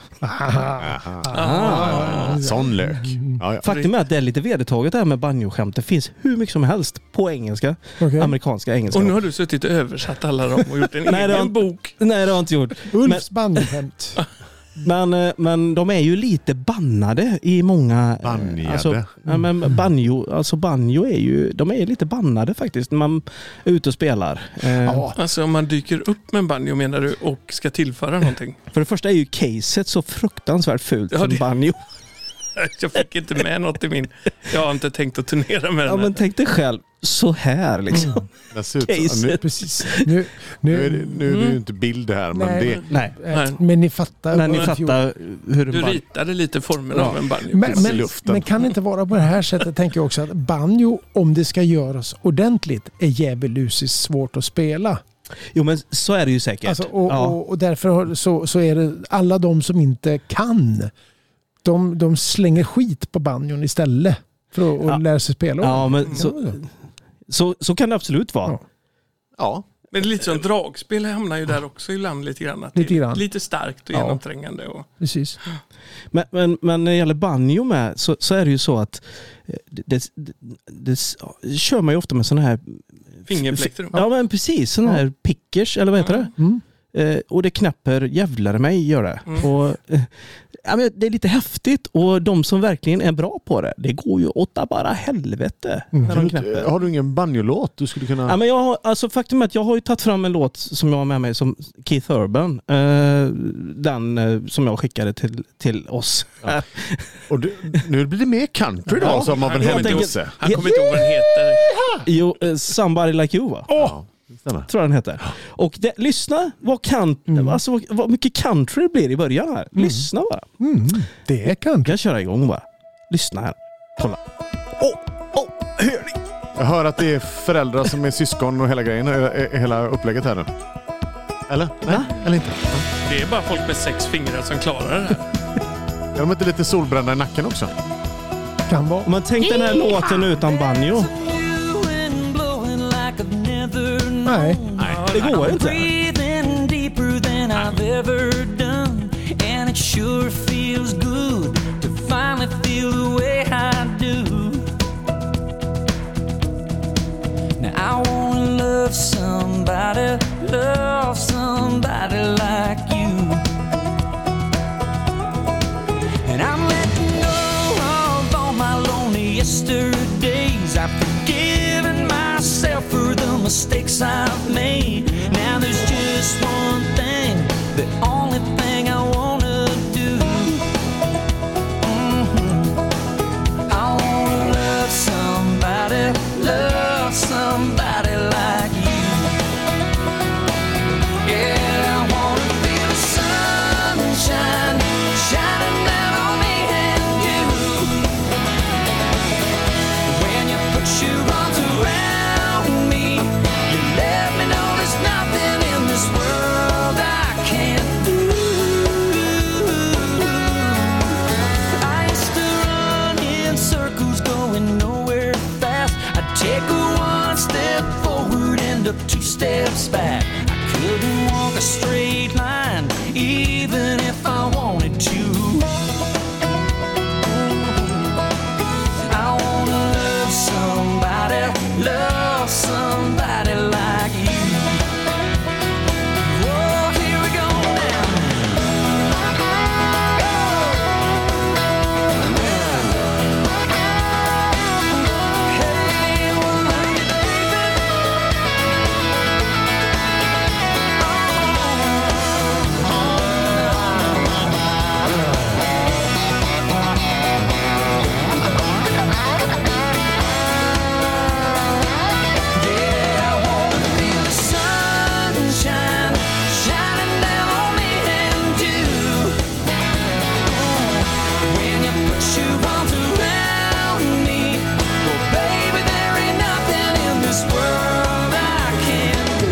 Ah, sån lök. Ja, ja. Faktum är att det är lite vedertaget det här med banjo-skämt. Det finns hur mycket som helst på engelska. Okej. Amerikanska engelska. Och nu har du suttit och översatt alla dem och gjort en Nej, det har egen inte- bok. Nej, det har jag inte gjort. Ulfs banjoskämt. Men, eh, men de är ju lite bannade i många... eh, Banjade. Alltså, ja, men banjo, alltså banjo är ju... De är lite bannade faktiskt när man är ute och spelar. Eh, Ja. Alltså om man dyker upp med en banjo menar du och ska tillföra någonting. För det första är ju caset så fruktansvärt fult Ja, som det- banjo. Jag fick inte med något i min... Jag har inte tänkt att turnera med den Ja, här. men tänk dig själv så här liksom. Det ser ut så. Caset. Nu, Precis. Nu, nu, är det, nu, nu är det ju inte bild här, men Nej. det, Nej, eh, men ni fattar. när ni vad jag gjorde. fattar hur det Du bara... ritade lite formen Ja. av en banjo. Men, Precis i men, luften. men kan det inte vara på det här sättet, tänker jag också, att banjo, om det ska göras ordentligt, är djävulusiskt svårt att spela. Jo, men så är det ju säkert. Alltså, och, ja. och, och därför har- så, så är det alla de som inte kan, de, de slänger skit på banjon istället för att Ja. att lära sig spela. Ja, men Kan så, det vara så? så, så kan det absolut vara. Ja. ja. Men det är lite som dragspel hamnar ju där också ibland lite grann. Att Lite det är grann. Lite starkt och Ja. genomträngande. Och... Precis. Men, men, men när det gäller banjo med så, så är det ju så att eh, det, det, det, det kör man ju ofta med sådana här... Fingerplektrum. Ja, men precis. Sådana här pickers, eller vad heter det? Mm. Eh, och det knäpper jävlar mig gör det. Mm. Och, eh, ja, men det är lite häftigt och de som verkligen är bra på det, det går ju åt bara helvete Mm. när de knäpper. Har du ingen banjolåt du skulle kunna... Ja, men jag har, alltså, faktum är att jag har ju tagit fram en låt som jag har med mig som Keith Urban. Eh, den eh, som jag skickade till, till oss. Ja. Och du, nu blir det mer country då Ja, som av en jag händelse. Han kommer inte ihåg vad den heter. Jo, eh, Somebody Like You va? Ja, det stämmer. Tror jag den heter. Och det, lyssna vad, kan, Mm. alltså, vad, vad mycket country det blir i början här. Lyssna bara. Mm, det kan Jag kan köra igång bara. Lyssna här. Kolla. Åh, åh, hör ni? Jag hör att det är föräldrar som är syskon och hela grejen, eh, hela upplägget här nu. Eller? Nej, Va? eller inte. Det är bara folk med sex fingrar som klarar det här. Är de inte lite solbrända i nacken också? kan vara. Men tänk den här låten utan banjo. Nej. Det går inte. Breathing deeper than I've ever done, and it sure feels good to finally feel the way I do. Now I wanna love somebody, love somebody like you, and I'm letting go of all my lonely yesterdays. I've forgiven myself for the mistakes I've made. Now there's just one thing, the only thing I wanna do. Mm-hmm. I wanna love somebody, love somebody like you. Yeah, I wanna feel the sunshine shining down on me and you. When you put your arms around me, you let me know there's nothing in this world I can't do. I used to run in circles going nowhere fast. I'd take a one step forward, end up two steps back. I couldn't walk a straight line even if I wanted to. I wanna love somebody, love somebody like you. Oh, here we go now. Hey, well, love you, baby. Yeah, I wanna feel the sunshine shining down on me and you. When you put your arms around me, well, baby, there ain't nothing in this world I can't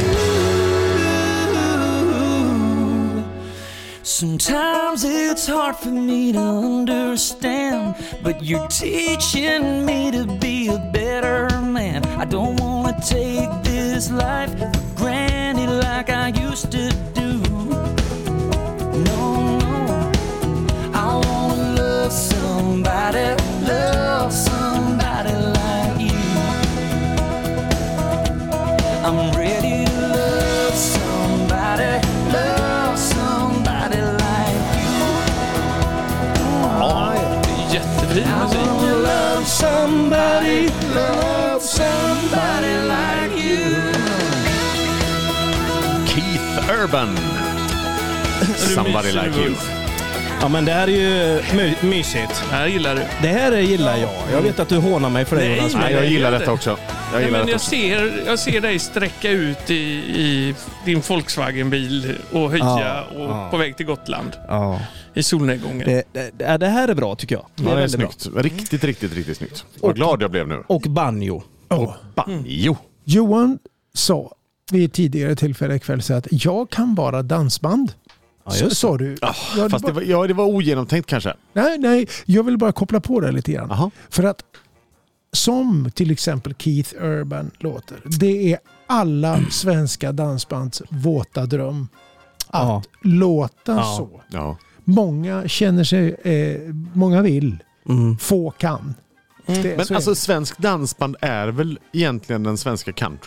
do. Sometimes it's hard for me to understand, but you're teaching me to be a better man. I don't wanna take this life for granted like I used to do. No, no, I wanna love somebody, love somebody like you. I'm ready to love somebody, love somebody like you. Ja, det är jättefin I musik. wanna love somebody, love somebody like you. Keith Urban. Somebody like you. Ja, men det här är ju my- mysigt. Det här gillar du. Det här gillar jag. Jag vet att du hånar mig för det, Nej, Jonas. Nej, jag Nej, gillar det- detta också. Jag Nej, gillar men detta jag, också. ser, jag ser dig sträcka ut i, i din Volkswagen-bil och höja Ja, och ja. på väg till Gotland Ja. i solnedgången. Det, det, det här är bra tycker jag. Det Ja, är det är väldigt bra. snyggt. Riktigt, riktigt, riktigt snyggt. Vad Och- glad jag blev nu. Och banjo. Oh. Banjo. Johan sa vid ett tidigare tillfälle ikväll så att jag kan vara dansband. Ja, Så, just sa du. Ah, Ja, fast det bara- var, ja, det var ogenomtänkt kanske. Nej, nej, jag vill bara koppla på det lite grann. Aha. För att som till exempel Keith Urban låter, det är alla svenska dansbands våta dröm att Ja. låta Ja. så. Ja. Många känner sig, eh, många vill, Mm. få kan. Det, Men så är alltså det. svensk dansband är väl egentligen den svenska countryn?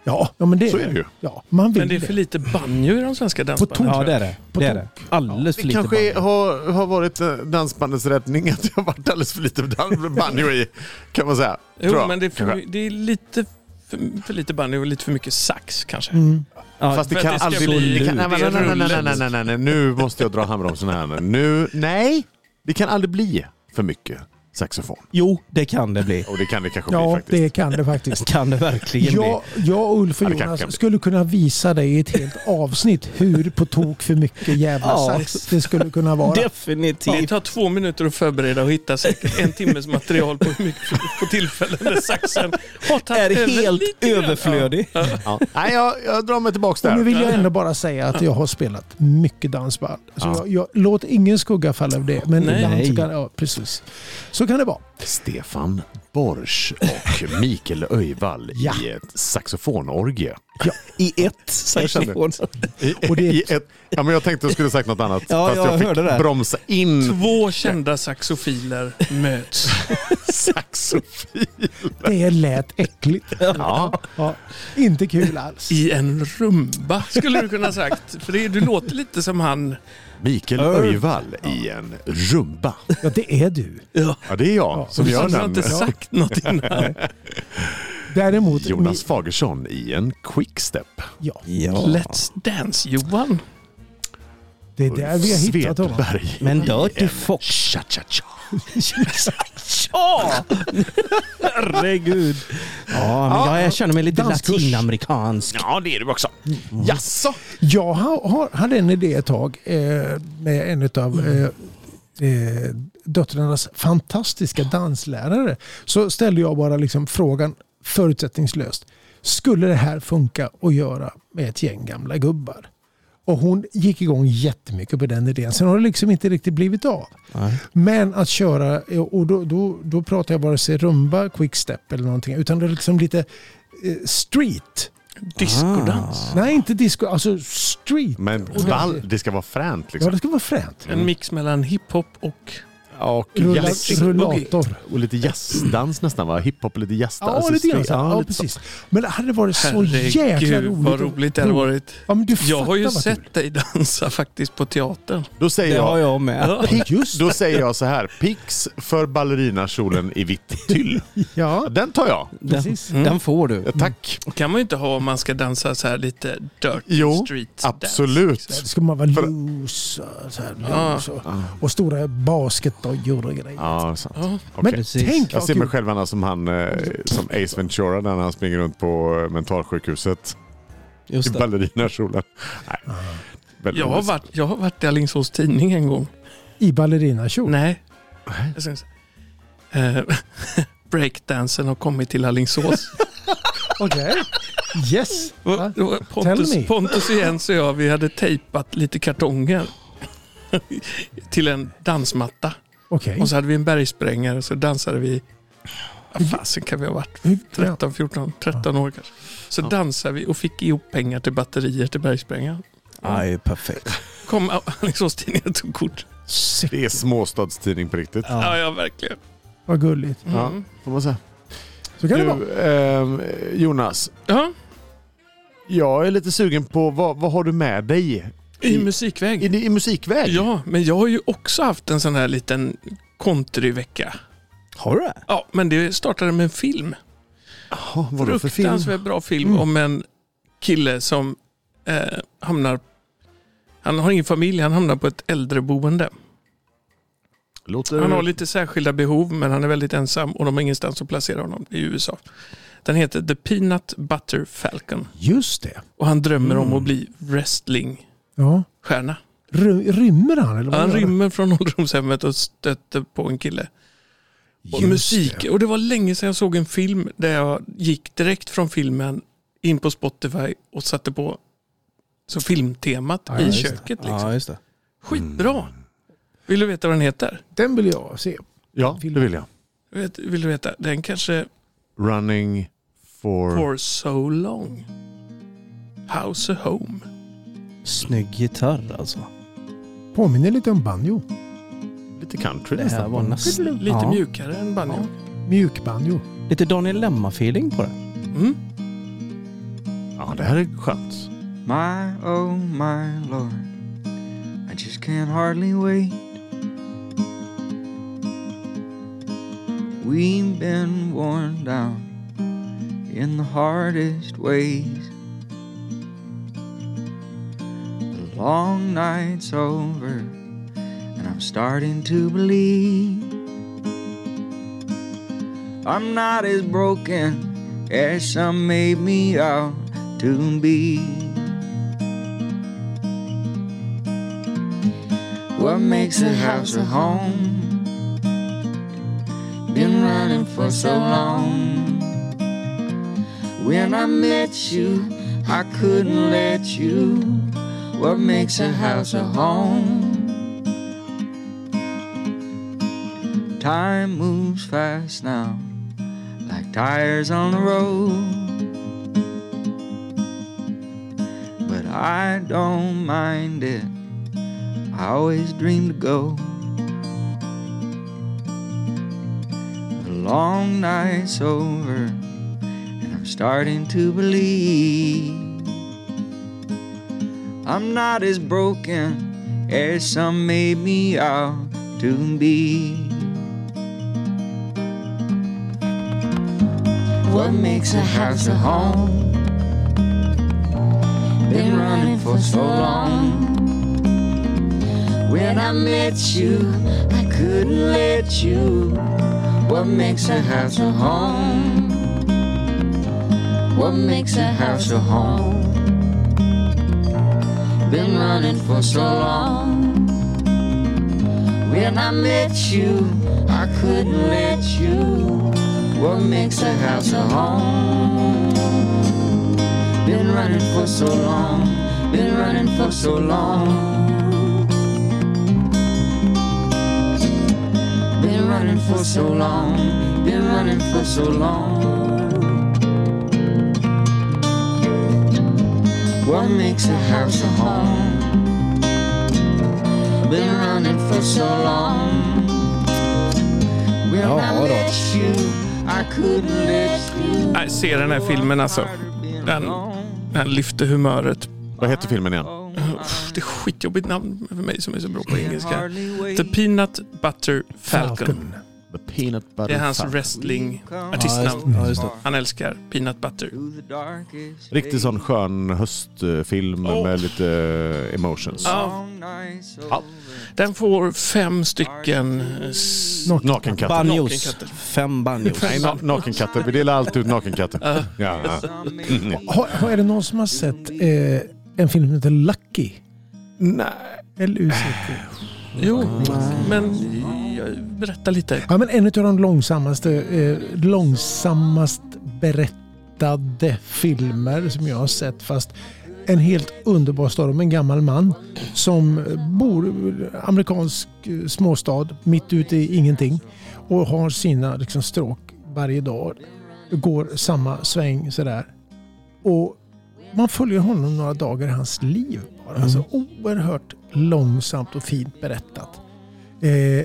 Ja, ja men det Så är det ju. Ja, man vill Men det är för lite banjo i de svenska dansbanden. Ja, det är det. Det är det. Alldeles för Det lite kanske band. har, har varit eh, dansbandets räddning att det har varit alldeles för lite dan- banjo i, kan man säga. Tror Jo, jag. men det är, för, Kanske. det är lite för, för lite banjo och lite för mycket sax kanske. Mm. Ja, Fast det för kan att det ska aldrig bli- bli... Det kan, nej, det nej, nej, nej, nej, rullet. nej, nej, nej, nej, nu måste jag dra handbromsen här. Nu, nej, det kan aldrig bli för mycket saxofon. Jo, det kan det bli. Och det kan det kanske bli Ja, faktiskt. det kan det faktiskt. Kan det verkligen bli. Jag, jag Ulf och Ja, det kan- Jonas kan bli. skulle kunna visa dig i ett helt avsnitt hur på tok för mycket jävla Ja. sax det skulle kunna vara. Det Definitivt. tar två minuter att förbereda och hitta säkert en timmes material på, hur mycket, på tillfällen där saxen har tagit Är över helt lite grann. överflödig. Ja. Ja. Nej, jag, jag drar mig tillbaka Och nu där. vill jag ändå bara säga att jag har spelat mycket dansband. Så Ja. jag, jag låt ingen skugga falla över det. Men Nej. ibland så kan, ja, precis. Så kan det vara. Stefan Borsch och Mikael Öjvall Ja. i ett saxofonorgie. I ett Jag kände- saxofon. I, Och det är- i ett, ja, men jag tänkte att jag skulle sagt något annat. Ja, fast jag jag fick hörde det. bromsa in Två kända saxofiler möts. saxofil. Det lät äckligt. Ja. Ja, inte kul alls. I en rumba skulle du kunna ha sagt. För det, du låter lite som han. Mikael Öjvall i en rumba. Ja, det är du. Ja. Ja, det är jag som gör Jag har den. inte sagt något innan. Däremot... Jonas Fagersson i en quickstep. Ja, Ja. Let's Dance Johan. det är där vi har hittat honom. Svedberg Men i Dirty en Fox. cha-cha-cha. Ja! Herregud. Ja, men jag känner mig lite Danskurs. latinamerikansk. Ja, det är du också. Jaså? Jag har, har, hade en idé ett tag eh, med en av eh, eh, döttrarnas fantastiska danslärare. Så ställde jag bara liksom frågan förutsättningslöst. Skulle det här funka att göra med ett gäng gamla gubbar? Och hon gick igång jättemycket på den idén. Sen har det liksom inte riktigt blivit av. Nej. Men att köra, och då, då, då pratar jag bara se rumba, quickstep eller någonting. Utan det är liksom lite eh, street. Discodans. Nej, inte disco, alltså street. Men Och det- ball, det ska vara fränt Ja, liksom. det ska vara fränt. En mix mellan hiphop och... Och, Rulla, jazz, rullator. och lite jazzdans nästan va? Hiphop och lite jazzdans. Ja, Alltså, lite grann. så. ja, Ja, lite så. precis. Men det hade varit så jäkla Herregud roligt. vad roligt det hade varit. Ja, men du Jag har ju fattar vad kul. sett dig dansa faktiskt på teatern. Då säger Det har jag, jag med. Ja. Pi- Just då säger jag så här. Pix för ballerinakjolen i vitt tyll. Ja, Den tar jag. Den, precis. den får du. Ja, tack. kan man ju inte ha om man ska dansa så här lite dirty Jo, street absolut. Det ska man vara För- loose, så här, Ja. loose och, och stora basketdojor och grejer. Ja, sant. Ja. Okej. Men Precis. tänk Jag vad ser mig kul. själv annars som han, eh, som Ace Ventura när han springer runt på eh, mentalsjukhuset i Just det. ballerinakjolen. Nej. Väldigt Jag har roligt. varit, jag har varit i Alingsås tidning en gång. I ballerinakjol. Nej. Nej. Jag syns. Eh, breakdansen har kommit till Alingsås. Okej. Yes. Och- Va? och Pontus, Tell me. Pontus och Jens och jag, vi hade tejpat lite kartonger till en dansmatta. Okej. Och så hade vi en bergsprängare så dansade vi. Vad fasen kan vi ha varit? Hur- tretton, fjorton, tretton år kanske. Så Ja. dansade vi och fick ihop pengar till batterier till bergsprängaren. Aj, perfekt. Kom Alingsås-tidningen och tog kort. Sick. Det är småstadstidning på riktigt. Ja, Ja. ja verkligen. Vad gulligt. Ja, Mm. får man säga. Så kan det vara. Du, ehm, Jonas, Ja, jag är lite sugen på vad, vad har du med dig i I- musikväg. i, i musikväg? Ja, men jag har ju också haft en sån här liten countryvecka. Har du det? Ja, men det startade med en film. Jaha, vad då för film? Fruktansvärt bra film Mm. om en kille som eh, hamnar... Han har ingen familj, han hamnar på ett äldreboende. Låter... Han har lite särskilda behov men han är väldigt ensam och de har ingenstans att placera honom i U S A. Den heter The Peanut Butter Falcon Just det. och han drömmer Mm. om att bli wrestlingstjärna. Ja. Ry- rymmer han? Eller vad Han gör rymmer från ålderdomshemmet och stöter på en kille. Och Just musik. det. Och det var länge sedan jag såg en film där jag gick direkt från filmen in på Spotify och satte på så filmtemat Ja, i just det. köket. Liksom. Ja, just det. Skitbra. Vill du veta vad den heter? Den vill jag se. Ja, det vill jag. Vet, vill du veta? Den kanske Running for... For So Long. House a Home. Snygg gitarr alltså. Påminner lite om banjo. Lite country Det här nästan. var nästan... Lite Ja. mjukare än banjo. Mjukbanjo. Lite Daniel Lemma-feeling på det. Mm. Ja, det här är skönt. My, oh my Lord, I just can't hardly wait. We've been worn down in the hardest ways. The long night's over and I'm starting to believe I'm not as broken as some made me out to be. What makes a house a home? Been running for so long. When I met you, I couldn't let you. What makes a house a home? Time moves fast now, like tires on the road. But I don't mind it, I always dreamed to go. A long night's over and I'm starting to believe I'm not as broken as some made me out to be. What makes a house a home? Been running for so long. When I met you, I couldn't let you. What makes a house a home? What makes a house a home? Been running for so long. When I met you, I couldn't let you. What makes a house a home? Been running for so long. Been running for so long. Been running for so long. Been running for so long. What makes a house a home? Been running for so long. When I met you, I couldn't let you. Nej, se den här filmen alltså. Den, den lyfter humöret. Vad heter filmen igen? Uff, det är skitjobbigt namn för mig som är så bra på engelska. The Peanut Butter Falcon. Falcon. The Peanut Butter Det är hans Falcon. wrestling-artistnamn. Ja, just det. Han älskar Peanut Butter. Riktigt sån skön höstfilm Oh. med lite emotions. Ja. Ja. Den får fem stycken s- Nakenkatter. Banjos. Nakenkatter. Fem banjos. Nej, na- nakenkatter. Vi delar alltid ut nakenkatter. Ja. Mm. Har, har, är det någon som har sett eh, en film som heter Lucky? Nej. L U C K. Jo, men jag berättar lite. Ja, men en av de långsammaste, eh, långsammast berättade filmer som jag har sett, fast en helt underbar story om en gammal man som bor i amerikansk eh, småstad mitt ute i ingenting och har sina liksom, stråk varje dag. Går samma sväng sådär. Och man följer honom några dagar i hans liv. Bara. Mm. Alltså oerhört långsamt och fint berättat. Eh,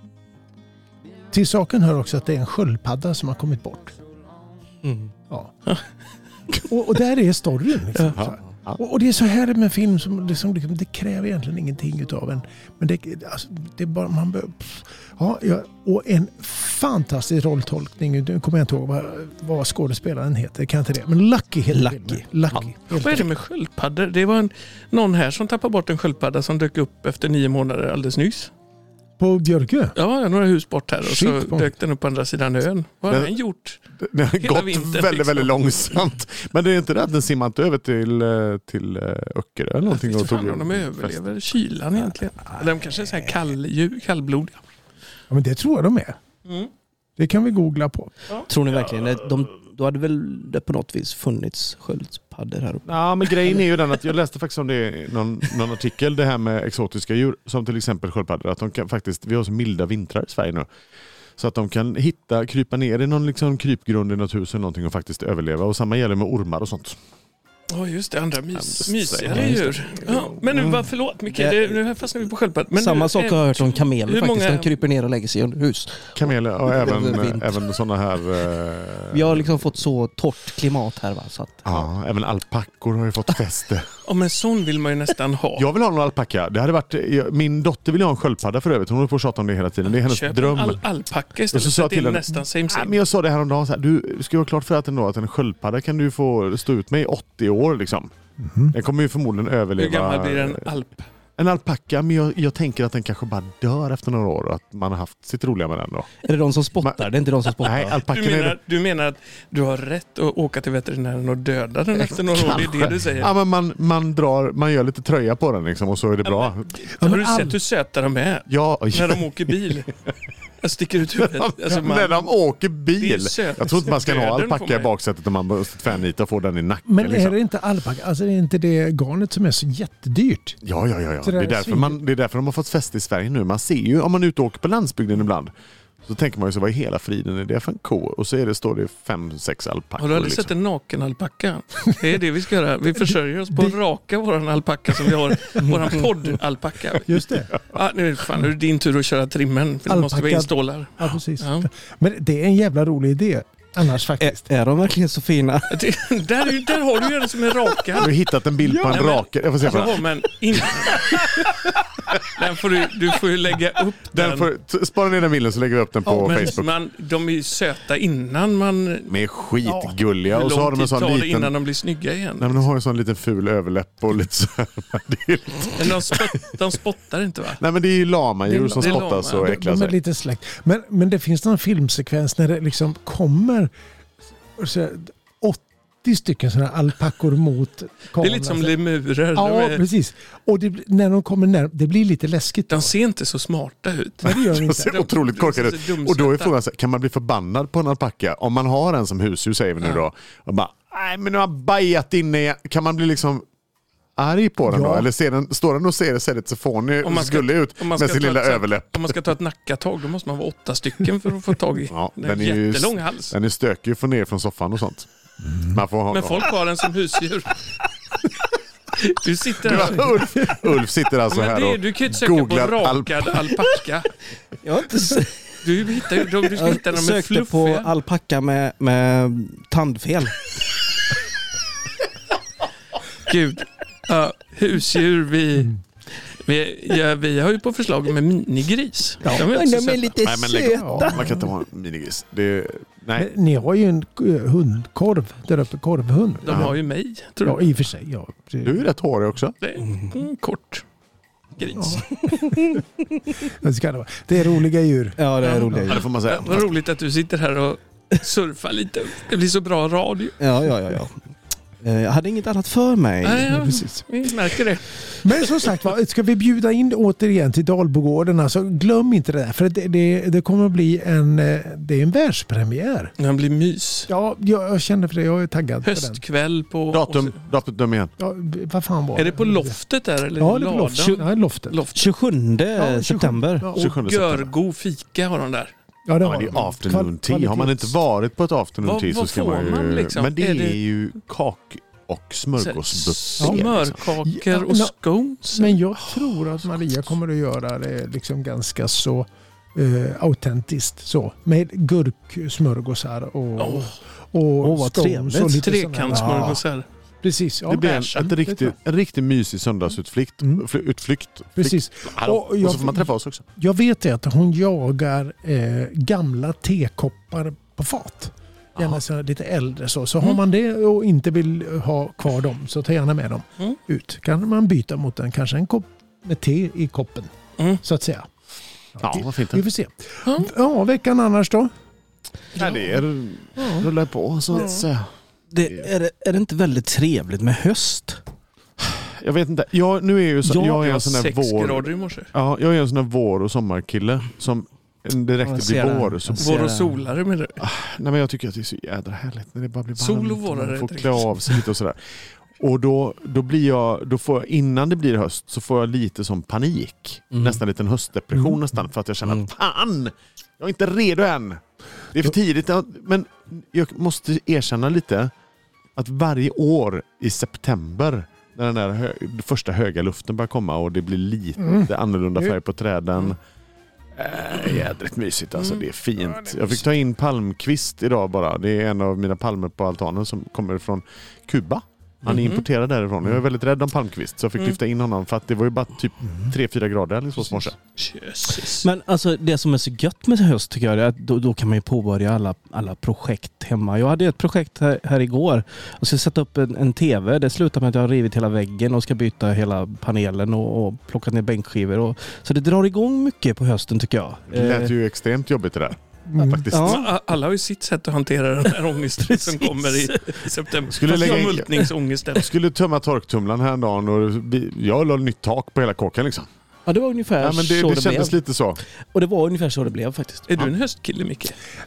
till saken hör också att det är en sköldpadda som har kommit bort. Mm. Ja. och, och där är storyn. Liksom, Ja. så här. Och, och det är så här med film som liksom, liksom, det kräver egentligen ingenting utav en. Men det, alltså, det är bara man behöver, ja, ja, och en fantastisk rolltolkning. Nu kommer jag inte ihåg vad, vad skådespelaren heter. Kan inte det. Men Lucky heter Lucky. filmen. Lucky. Ja. Vad är det med sköldpaddor? Det var en, någon här som tappade bort en sköldpadda som dök upp efter nio månader alldeles nyss. På Björkö? Ja, några hus bort här och Shit, så vad- dök den upp på andra sidan ön. Vad har Men- den gjort? Det har Hela gått vintern, väldigt, liksom. väldigt långsamt. Men det är inte det att den simmar inte över till, eh, till eh, Öckerö eller någonting? Jag Och vet tog fan om de överlever kylan egentligen. Eller de kanske är så här kall, kallblodiga. Ja, men det tror jag de är. Mm. Det kan vi googla på. Tror ni verkligen att de, då hade väl det på något vis funnits sköldpaddor här uppe? Ja, men grejen är ju den att jag läste faktiskt om det i någon, någon artikel, det här med exotiska djur, som till exempel sköldpaddor, att de kan faktiskt, vi har så milda vintrar i Sverige nu, så att de kan hitta, krypa ner i någon liksom krypgrund i något hus eller någonting och faktiskt överleva. Och samma gäller med ormar och sånt. Ja, oh, just det. Andra mys, mysigare djur. Ja, men nu, var, förlåt Micke, det, nu fastnar vi på sköldpaddan. Samma nu, sak har jag hört om kameler faktiskt. många... De kryper ner och lägger sig under hus. Kameler och även, även sådana här... Eh... Vi har liksom fått så torrt klimat här va? Så att... Ja, även alpackor har ju fått fäste. Ja, men sån vill man ju nästan ha. Jag vill ha en alpacka. Det hade varit, min dotter vill ha en sköldpadda för övrigt. Hon håller på att tjata om det hela tiden. Det är hennes Köp dröm. Köp en al- alpacka istället. Så sa till den, nästan same same. Nej, men jag sa det här om dagen så här, du ska ju vara klart för att, ändå, att en sköldpadda kan du få stå ut med i åttio år liksom. Mm. Den kommer ju förmodligen överleva. Hur gammal blir en alp? En alpacka, men jag, jag tänker att den kanske bara dör efter några år och att man har haft sitt roliga med den då. Är det de som spottar? Man, det är inte de som spottar. Nej, du, menar, du menar att du har rätt att åka till veterinären och döda den efter några år? Det är det du säger? Ja, men man, man, drar, man gör lite tröja på den liksom, och så är det bra. Ja, men, har du all... sett hur söta de är? Ja, när de åker bil. Jag sticker ut huvudet. Alltså man, när de åker bil. Jag tror inte man ska ha alpacka i baksätet om man måste tvärnita och få den i nacken. Men är liksom. det inte alpacka? Alltså är inte det garnet som är så jättedyrt? Ja, ja, ja. ja. Det, är därför man, det är därför de har fått fäste i Sverige nu. Man ser ju, om man är ute och åker på landsbygden ibland, så tänker man ju så, vad i hela friden är det för en ko? Och så är det, står det fem, sex alpackor. Har du aldrig liksom. sett en naken alpacka? Det är det vi ska göra. Vi försörjer oss på att raka våran alpacka som vi har. Våran podd-alpacka. Just det. Ja, nu, fan, nu är det din tur att köra trimmen. För nu måste vi installa. Ja, precis. Ja. Men det är en jävla rolig idé. Annars faktiskt. Är, är de verkligen så fina? Det, där, där har du ju en som är raka. Du har hittat en bild på en ja, raka. Jag får se på ja, men in... den får du, du får ju lägga upp den. den får, spara ner den bilden så lägger vi upp den på ja, men Facebook. Man, de är ju söta innan man... Med skitgulliga. Ja. Och så har de en sån liten... innan de blir snygga igen? Nej, men de har en sån liten ful överläpp och lite så här. Det är lite... Men de, spott, de spottar inte va? Nej, men det är ju lamadjur som spottas och äcklar sig. De är lite släkt. Men, men det finns någon filmsekvens när det liksom kommer så, åttio stycken sådana alpackor mot kameran. Det är lite som lemurer. Ja, är... precis. Och det, när de kommer närmare, det blir lite läskigt. Då. De ser inte så smarta ut. Nej, det gör de inte. De ser otroligt korkade ut. Och då är frågan, kan man bli förbannad på en alpacka? Om man har en som husdjur, säger vi nu då. Och bara, nej men nu har bajat inne. Kan man bli liksom arg på den ja. Då? Eller ser den, står den och ser, ser lite så fånig och skulle ut med sin lilla ett, överläpp. Om man ska ta ett nackatag, då måste man vara åtta stycken för att få tag i ja, den. Den är jättelång ju, hals. Den är stökig att få ner från soffan och sånt. Mm. Man får ha, men folk har den som husdjur. Du sitter här. Du, Ulf, Ulf sitter alltså ja, här det, och du kan ju söka på rakad alp- alpacka. Jag har inte sett. Du hittar ju du ska hitta dem med fluffiga. På alpacka med, med tandfel. Gud. Uh, husdjur, vi, mm. vi, ja, vi har ju på förslag med minigris. Ja. De är, de är lite nej, men söta. Ja, man kan inte ha en minigris. Det, nej. Men ni har ju en hundkorv där uppe, korvhund. De har ju mig, tror jag. Ja, i och för sig. Ja. Du är rätt hårig också. Det är mm, kort gris. Ja. Det är roliga djur. Ja, det är roliga djur. Ja, det får man säga. Vad roligt att du sitter här och surfar lite. Det blir så bra radio. Ja, ja, ja. ja. Jag hade inget annat för mig. Nej, ja, precis. Vi märker det. Men som sagt, ska vi bjuda in återigen till Dalbogården, alltså glöm inte det där. För det, det, det kommer att bli en, det är en världspremiär. Det blir mys. Ja, jag känner för det. Jag är taggad höstkväll på den. Datum, datum dum igen. Ja, vad fan var det? Är det på loftet där? Eller ja, det är på loftet. Ja, loftet. loftet. tjugosjunde ja, september. Ja, och görgo fika har de där. Ja, det, ja, det är afternoon tea. Har man inte varit på ett afternoon vad, tea så ska man ju... Man liksom? Men det är, är det... ju kak och smörgåsbuffé. Smörkakor och scones. Men jag tror att Maria kommer att göra det liksom ganska så eh, autentiskt så. Med gurksmörgåsar och, oh. och, och scones och lite trekantsmörgåsar. Ja. Precis. Ja, det blir en, ett riktigt, en riktigt mysig söndagsutflykt. Mm. Utflykt. Precis. Och, och så får man träffa oss också. Jag vet att hon jagar eh, gamla tekoppar på fat. Gärna så lite äldre så. Så mm. har man det och inte vill ha kvar dem så ta gärna med dem mm. ut. Kan man byta mot en, kanske en kopp med te i koppen. Mm. Så att säga. Ja, ja vad fint. Vi får se. Mm. Ja, veckan annars då? Ja, det är ja. rullar på så att säga. Det, är, det, är det inte väldigt trevligt med höst? Jag vet inte. Jag, nu är ju så, jag, jag är en sån där sex vår. grader i morse. Ja, jag är en sån där vår- och sommarkille som direkt blir vår. Så vår och solare med det. Ah, nej, men jag tycker att det är så jädra härligt när det bara blir varmt. Sol och vårare. Man får klä av sig lite och sådär. Och då, då blir jag, då får jag, innan det blir höst så får jag lite som panik. Mm. Nästan en liten höstdepression mm. nästan. För att jag känner mm. att fan, jag är inte redo än. Det är för tidigt. Men jag måste erkänna lite att varje år i september när den där hö- första höga luften börjar komma och det blir lite mm. annorlunda färg på träden. Äh, jädrigt mysigt alltså, mm. det är fint. Jag fick ta in palmkvist idag bara. Det är en av mina palmer på altanen som kommer från Kuba. Han är mm. importerad därifrån. Jag är väldigt rädd om palmkvist så jag fick mm. lyfta in honom för att det var ju bara typ tre fyra grader eller så morse. Men alltså det som är så gött med höst tycker jag är att då, då kan man ju påbörja alla, alla projekt hemma. Jag hade ett projekt här, här igår och ska sätta upp en, en tv. Det slutar med att jag har rivit hela väggen och ska byta hela panelen och, och plockat ner bänkskivor. Och, så det drar igång mycket på hösten tycker jag. Det lät ju extremt jobbigt det där. Mm. Faktiskt. Ja. Alla har ju sitt sätt att hantera den här ångesten som kommer i, i september. Skulle Fast lägga multningsångesten. Jag skulle tömma torktumlaren här en dag och jag la nytt tak på hela kåken liksom. Ja, det var ungefär ja, men det, så det, det kändes blev. lite så. Och det var ungefär så det blev faktiskt. Är du en höstkille, Micke?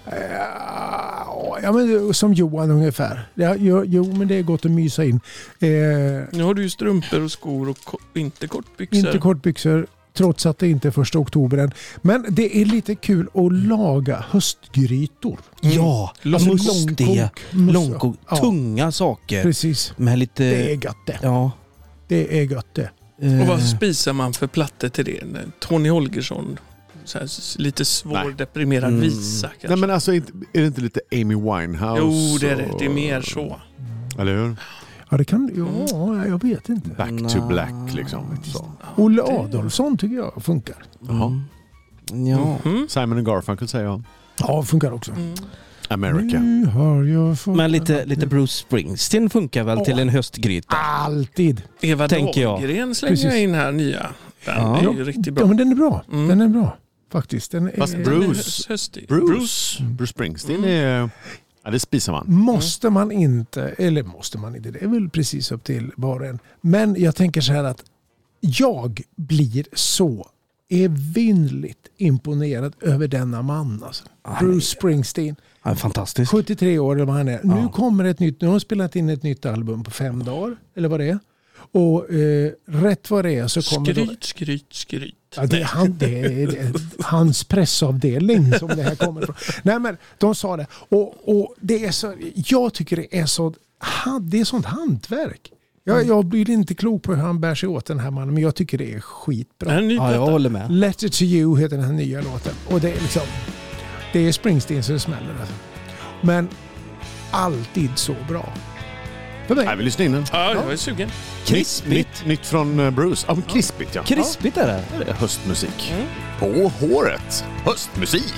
Ja, men som Johan ungefär. Ja, jo, jo, men det är gott att mysa in. Eh, nu har du ju strumpor och skor och ko- inte kortbyxor. Inte kortbyxor. Trots att det inte är första oktober än. Men det är lite kul att laga höstgrytor. Mm. Ja, alltså mustiga, långkok, ja. Tunga saker. Precis. Med lite... Det är gött det. Ja. Det är gött det. Och vad spisar man för plattor till det? Tony Holgersson, så här, lite svår deprimerad mm. visa kanske. Nej, men alltså, är det inte lite Amy Winehouse? Jo, det är det. Det är mer så. Eller hur? Ja, det kan, ja, jag vet inte. Back no. to black liksom. Så. Olle Adolfsson tycker jag funkar. Mm. Ja. Mm. Simon and Garfunkel säger jag. Ja, funkar också. Mm. America. Nu har jag fått... Men lite, lite Bruce Springsteen funkar väl oh. till en höstgryta? Alltid. Eva Dahlgren slänger Precis. jag in här nya. Den ja. är ju riktigt bra. Ja, men den är bra. Mm. Den är bra. Faktiskt. Den är... Fast Bruce, Bruce, Bruce, Bruce Springsteen är... Ja, det spisar man. Måste man inte, eller måste man inte, det är väl precis upp till var och en. Men jag tänker så här att jag blir så evinnerligt imponerad över denna man. Alltså. Bruce Springsteen. Han är fantastisk. sjuttiotre år eller vad han är. Ja. Nu kommer ett nytt, nu har de spelat in ett nytt album på fem dagar, eller vad det är. Och eh, rätt vad det är så kommer... Skryt, då, skryt, skryt. Ja, det, är han, det, är, det är hans pressavdelning som det här kommer ifrån. Nej, men de sa det. Och, och det är så, jag tycker det är så, det är sånt hantverk. Jag, jag blir inte klok på hur han bär sig åt den här mannen, men jag tycker det är skitbra. Ja, jag håller med. Letter to you heter den här nya låten. Och det är liksom, det är Springsteen som smäller. Alltså. Men alltid så bra. Jag vill lyssna in den. Ja, jag är sugen. Krispigt. Nytt, nytt från Bruce. Ja, krispigt, ja. Krispigt är det. Det är höstmusik. Mm. På håret. Höstmusik.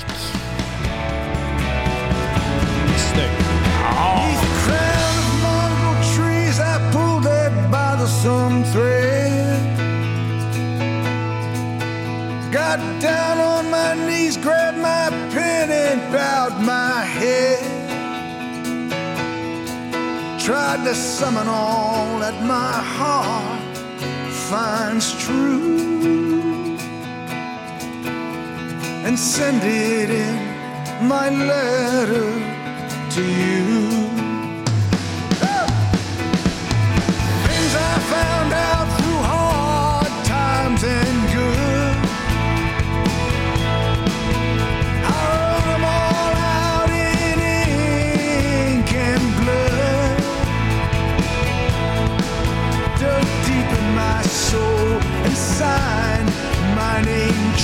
Snyggt. Got down on my knees, grabbed my pen and bowed my head. Tried to summon all that my heart finds true and send it in my letter to you. Oh! Things I found out through hard times and good, I wrote them all out in ink and blood. Dug deep in my soul and signed my name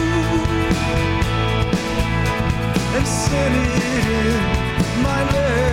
true and sent it in my letter.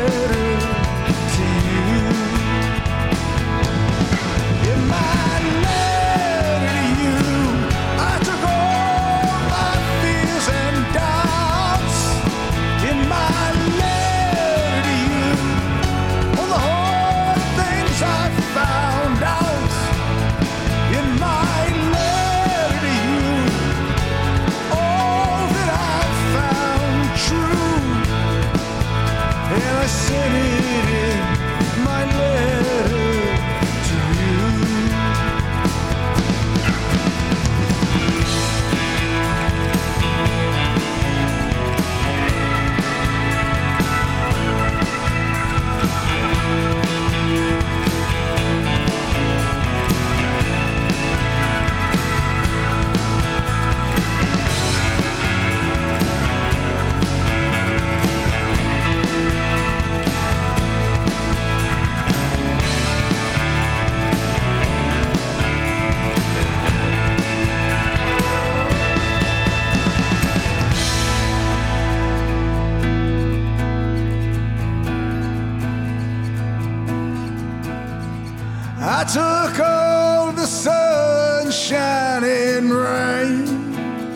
took all the sunshine and rain,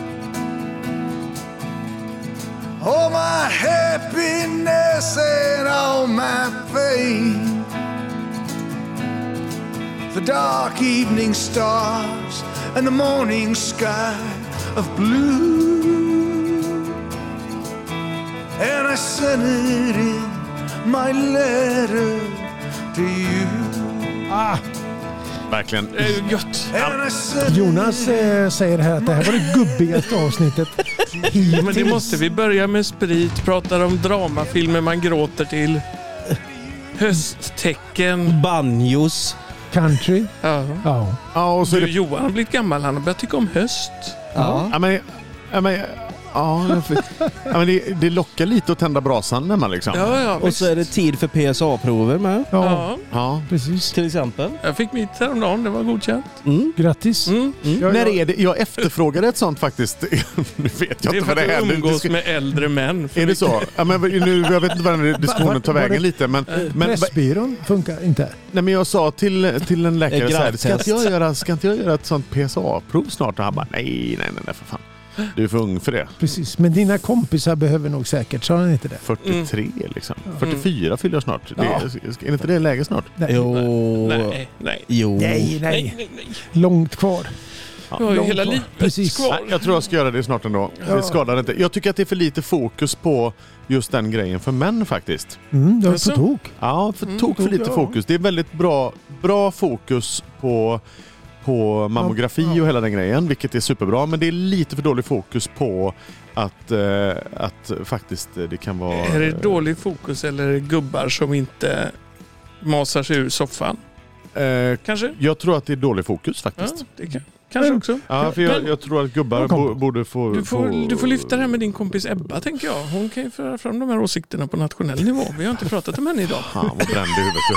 all my happiness and all my pain, the dark evening stars and the morning sky of blue, and I sent it in my letter to you. Ah. Verkligen. Eh, gött. Jonas eh, säger här att det här var det gubbigaste avsnittet hittills. Men det måste vi börja med sprit, pratar om dramafilmer man gråter till. Hösttecken. Banjos. Country. Ja. Ja. Ja, och så är Du, det... Johan har blivit gammal, han har börjat tycka om höst. Ja. Ja, men... Ja, men... Ja, ja, men det, det lockar lite att tända brasan när man liksom. Ja, ja, Och så är det tid för P S A-prover med. Ja, Ja, Ja. precis. Till exempel. jag fick mitt häromdagen, det var godkänt. Mm. Grattis. Mm. Mm. Ja, När ja. är det? Jag efterfrågade ett sånt faktiskt. Nu vet jag Det är inte för vad det att är. du Det- det umgås ska- med äldre män. för Är det mycket. så? Ja, men nu, jag vet inte vad den här diskussionen Var- tar var vägen det- lite. Men, men, Pressbyrån funkar inte. nej, men jag sa till, till en läkare Ett så här, ska, inte jag gravtest. göra, ska inte jag göra ett sånt P S A-prov snart? Och han bara, nej, nej, nej, nej för fan. Du är för ung för det. Precis. Men dina kompisar behöver nog säkert, sa han inte det? fyrtiotre liksom. fyrtiofyra fyller jag snart. Det, Ja. är inte det läge snart? Nej. Jo. Nej, nej. Jo. Nej, Nej, nej. nej, nej. Långt kvar. Du har ju långt hela kvar. livet Precis. kvar. Nej, jag tror jag ska göra det snart ändå. Ja. Det skadar inte. Jag tycker att det är för lite fokus på just den grejen för män faktiskt. Mm, det var Alltså? på tok. Ja, för Mm, tok för lite ja. fokus. Det är väldigt bra, bra fokus på, på mammografi Ja, ja. och hela den grejen, vilket är superbra. Men det är lite för dålig fokus på att, eh, att faktiskt det kan vara... Är det dålig fokus eller är det gubbar som inte masar sig ur soffan? Eh, Kanske? jag tror att det är dålig fokus Ja, faktiskt. det kan, kanske Men- också. Ja, för jag, Men- jag tror att gubbar Vad kom? bo, borde få... Du får, du får lyfta det här med din kompis Ebba, tänker jag. Hon kan ju föra fram de här åsikterna på nationell nivå. Vi har inte pratat om henne idag. Han var bränd i huvudet.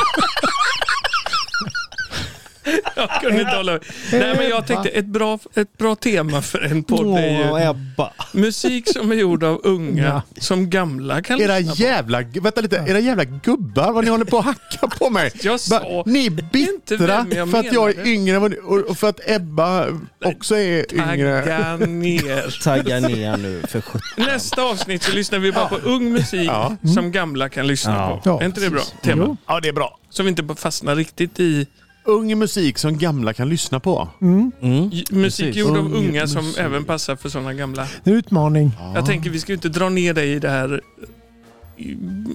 Jag kunde inte hålla. Nej, men jag tänkte ett bra, ett bra tema för en podd är Åh, ju Ebba. musik som är gjord av unga Ja. som gamla kan Era lyssna på. jävla, vänta lite, era jävla gubbar, vad ni håller på att hacka på mig. Jag sa Ba, ni är inte bittra vem jag för att jag är menade. yngre än vad ni- och och för att Ebba också är yngre. Tagga ner. Tagga ner nu för sjutton. Nästa avsnitt så lyssnar vi bara på ung musik Ja. som gamla kan lyssna Ja. på. Ja, Är inte det bra? precis. Tema. Jo. Ja, det är bra. Så vi inte bara fastnar riktigt i Ung musik som gamla kan lyssna på. Mm. Mm. j- musik Precis. gjord av Ung unga som musik. även passar för sådana gamla. En utmaning. Jag tänker vi ska ju inte dra ner dig i det här i,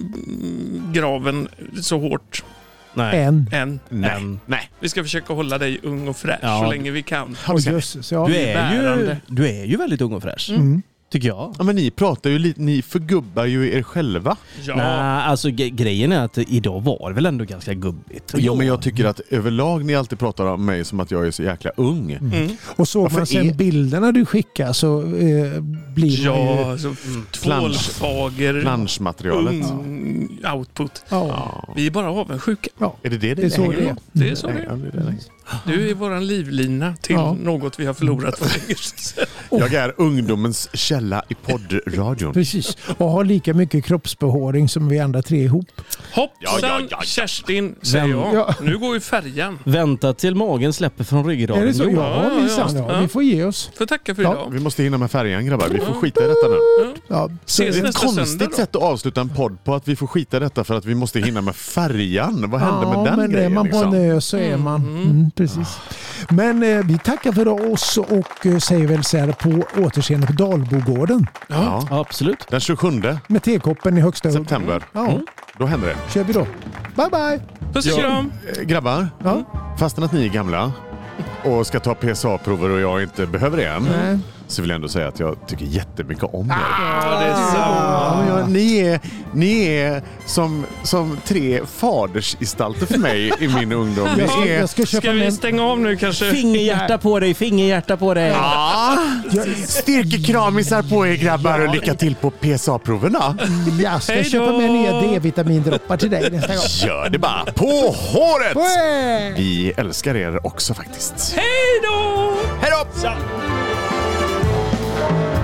mm, graven så hårt Nej. En. än. Nej. En. Nej. Vi ska försöka hålla dig ung och fräsch Ja. så länge vi kan. Och jösses, ja. Du är, ju, Bärande. du är ju väldigt ung och fräsch. Mm. Tycker jag. Ja, men ni pratar ju lite, ni förgubbar ju er själva. Ja. Nej, alltså ge- grejen är att idag var det väl ändå ganska gubbigt. Ja, men jag tycker att överlag ni alltid pratar om mig som att jag är så jäkla ung. Mm. Och såg Varför man sen är- bilderna du skickar så eh, blir man ju... Ja, alltså, tvålsfager, Planschmaterialet. ung output. Ja. Ja. Vi är bara avundsjuka. Ja. Är det det det Det är så hänger det är. på? Det är så det Nej, är. ja, det är det. Du är våran livlina till Ja. något vi har förlorat för länge sedan. Jag är ungdomens källa i poddradion. Precis. Och har lika mycket kroppsbehåring som vi andra tre ihop. Hoppsan, Ja, ja, ja, ja. Kerstin, säger Vem- jag. Ja. Nu går ju färjan. Vänta till magen släpper från ryggraden. Är det så? Jo. Ja, ja, minsann. ja. Ja. Vi får ge oss. Får tacka för Ja. idag. Vi måste hinna med färjan grabbar. Vi får skita i detta nu. Ja. Så, Ses Det är ett nästa söndag konstigt då. sätt att avsluta en podd på, att vi får skita i detta för att vi måste hinna med färjan. Vad hände ja, med den men grejen? är man på liksom? en ö så är man. Mm, precis. Men eh, vi tackar för oss och eh, säger väl så här på återseende på Dalbogården. Ja. Ja, absolut. Den tjugosjunde Med tekoppen i högsta hugg. september. Ja, Då händer det. kör vi då. Bye bye! Puss och Ja. kram. Eh, Grabbar, Ja. fastän att ni är gamla och ska ta P S A-prover och jag inte behöver det än, Nej. så vill jag ändå säga att jag tycker jättemycket om er. Ja, det är samma. Ja, men jag, ni, är, ni är som, som tre fadersgestalter för mig i min ungdom. Ni Jag, är, jag ska köpa Ska vi med... stänga av nu kanske? Fingerhjärta på dig, fingerhjärta på dig. ja, styrkekramisar på er grabbar och lycka till på P S A-proverna. Jag ska Hej då! köpa med nya D-vitamindroppar till dig nästa gång. Gör det bara. På håret! Hey! Vi älskar er också faktiskt. Hej då! Hej då! Ja.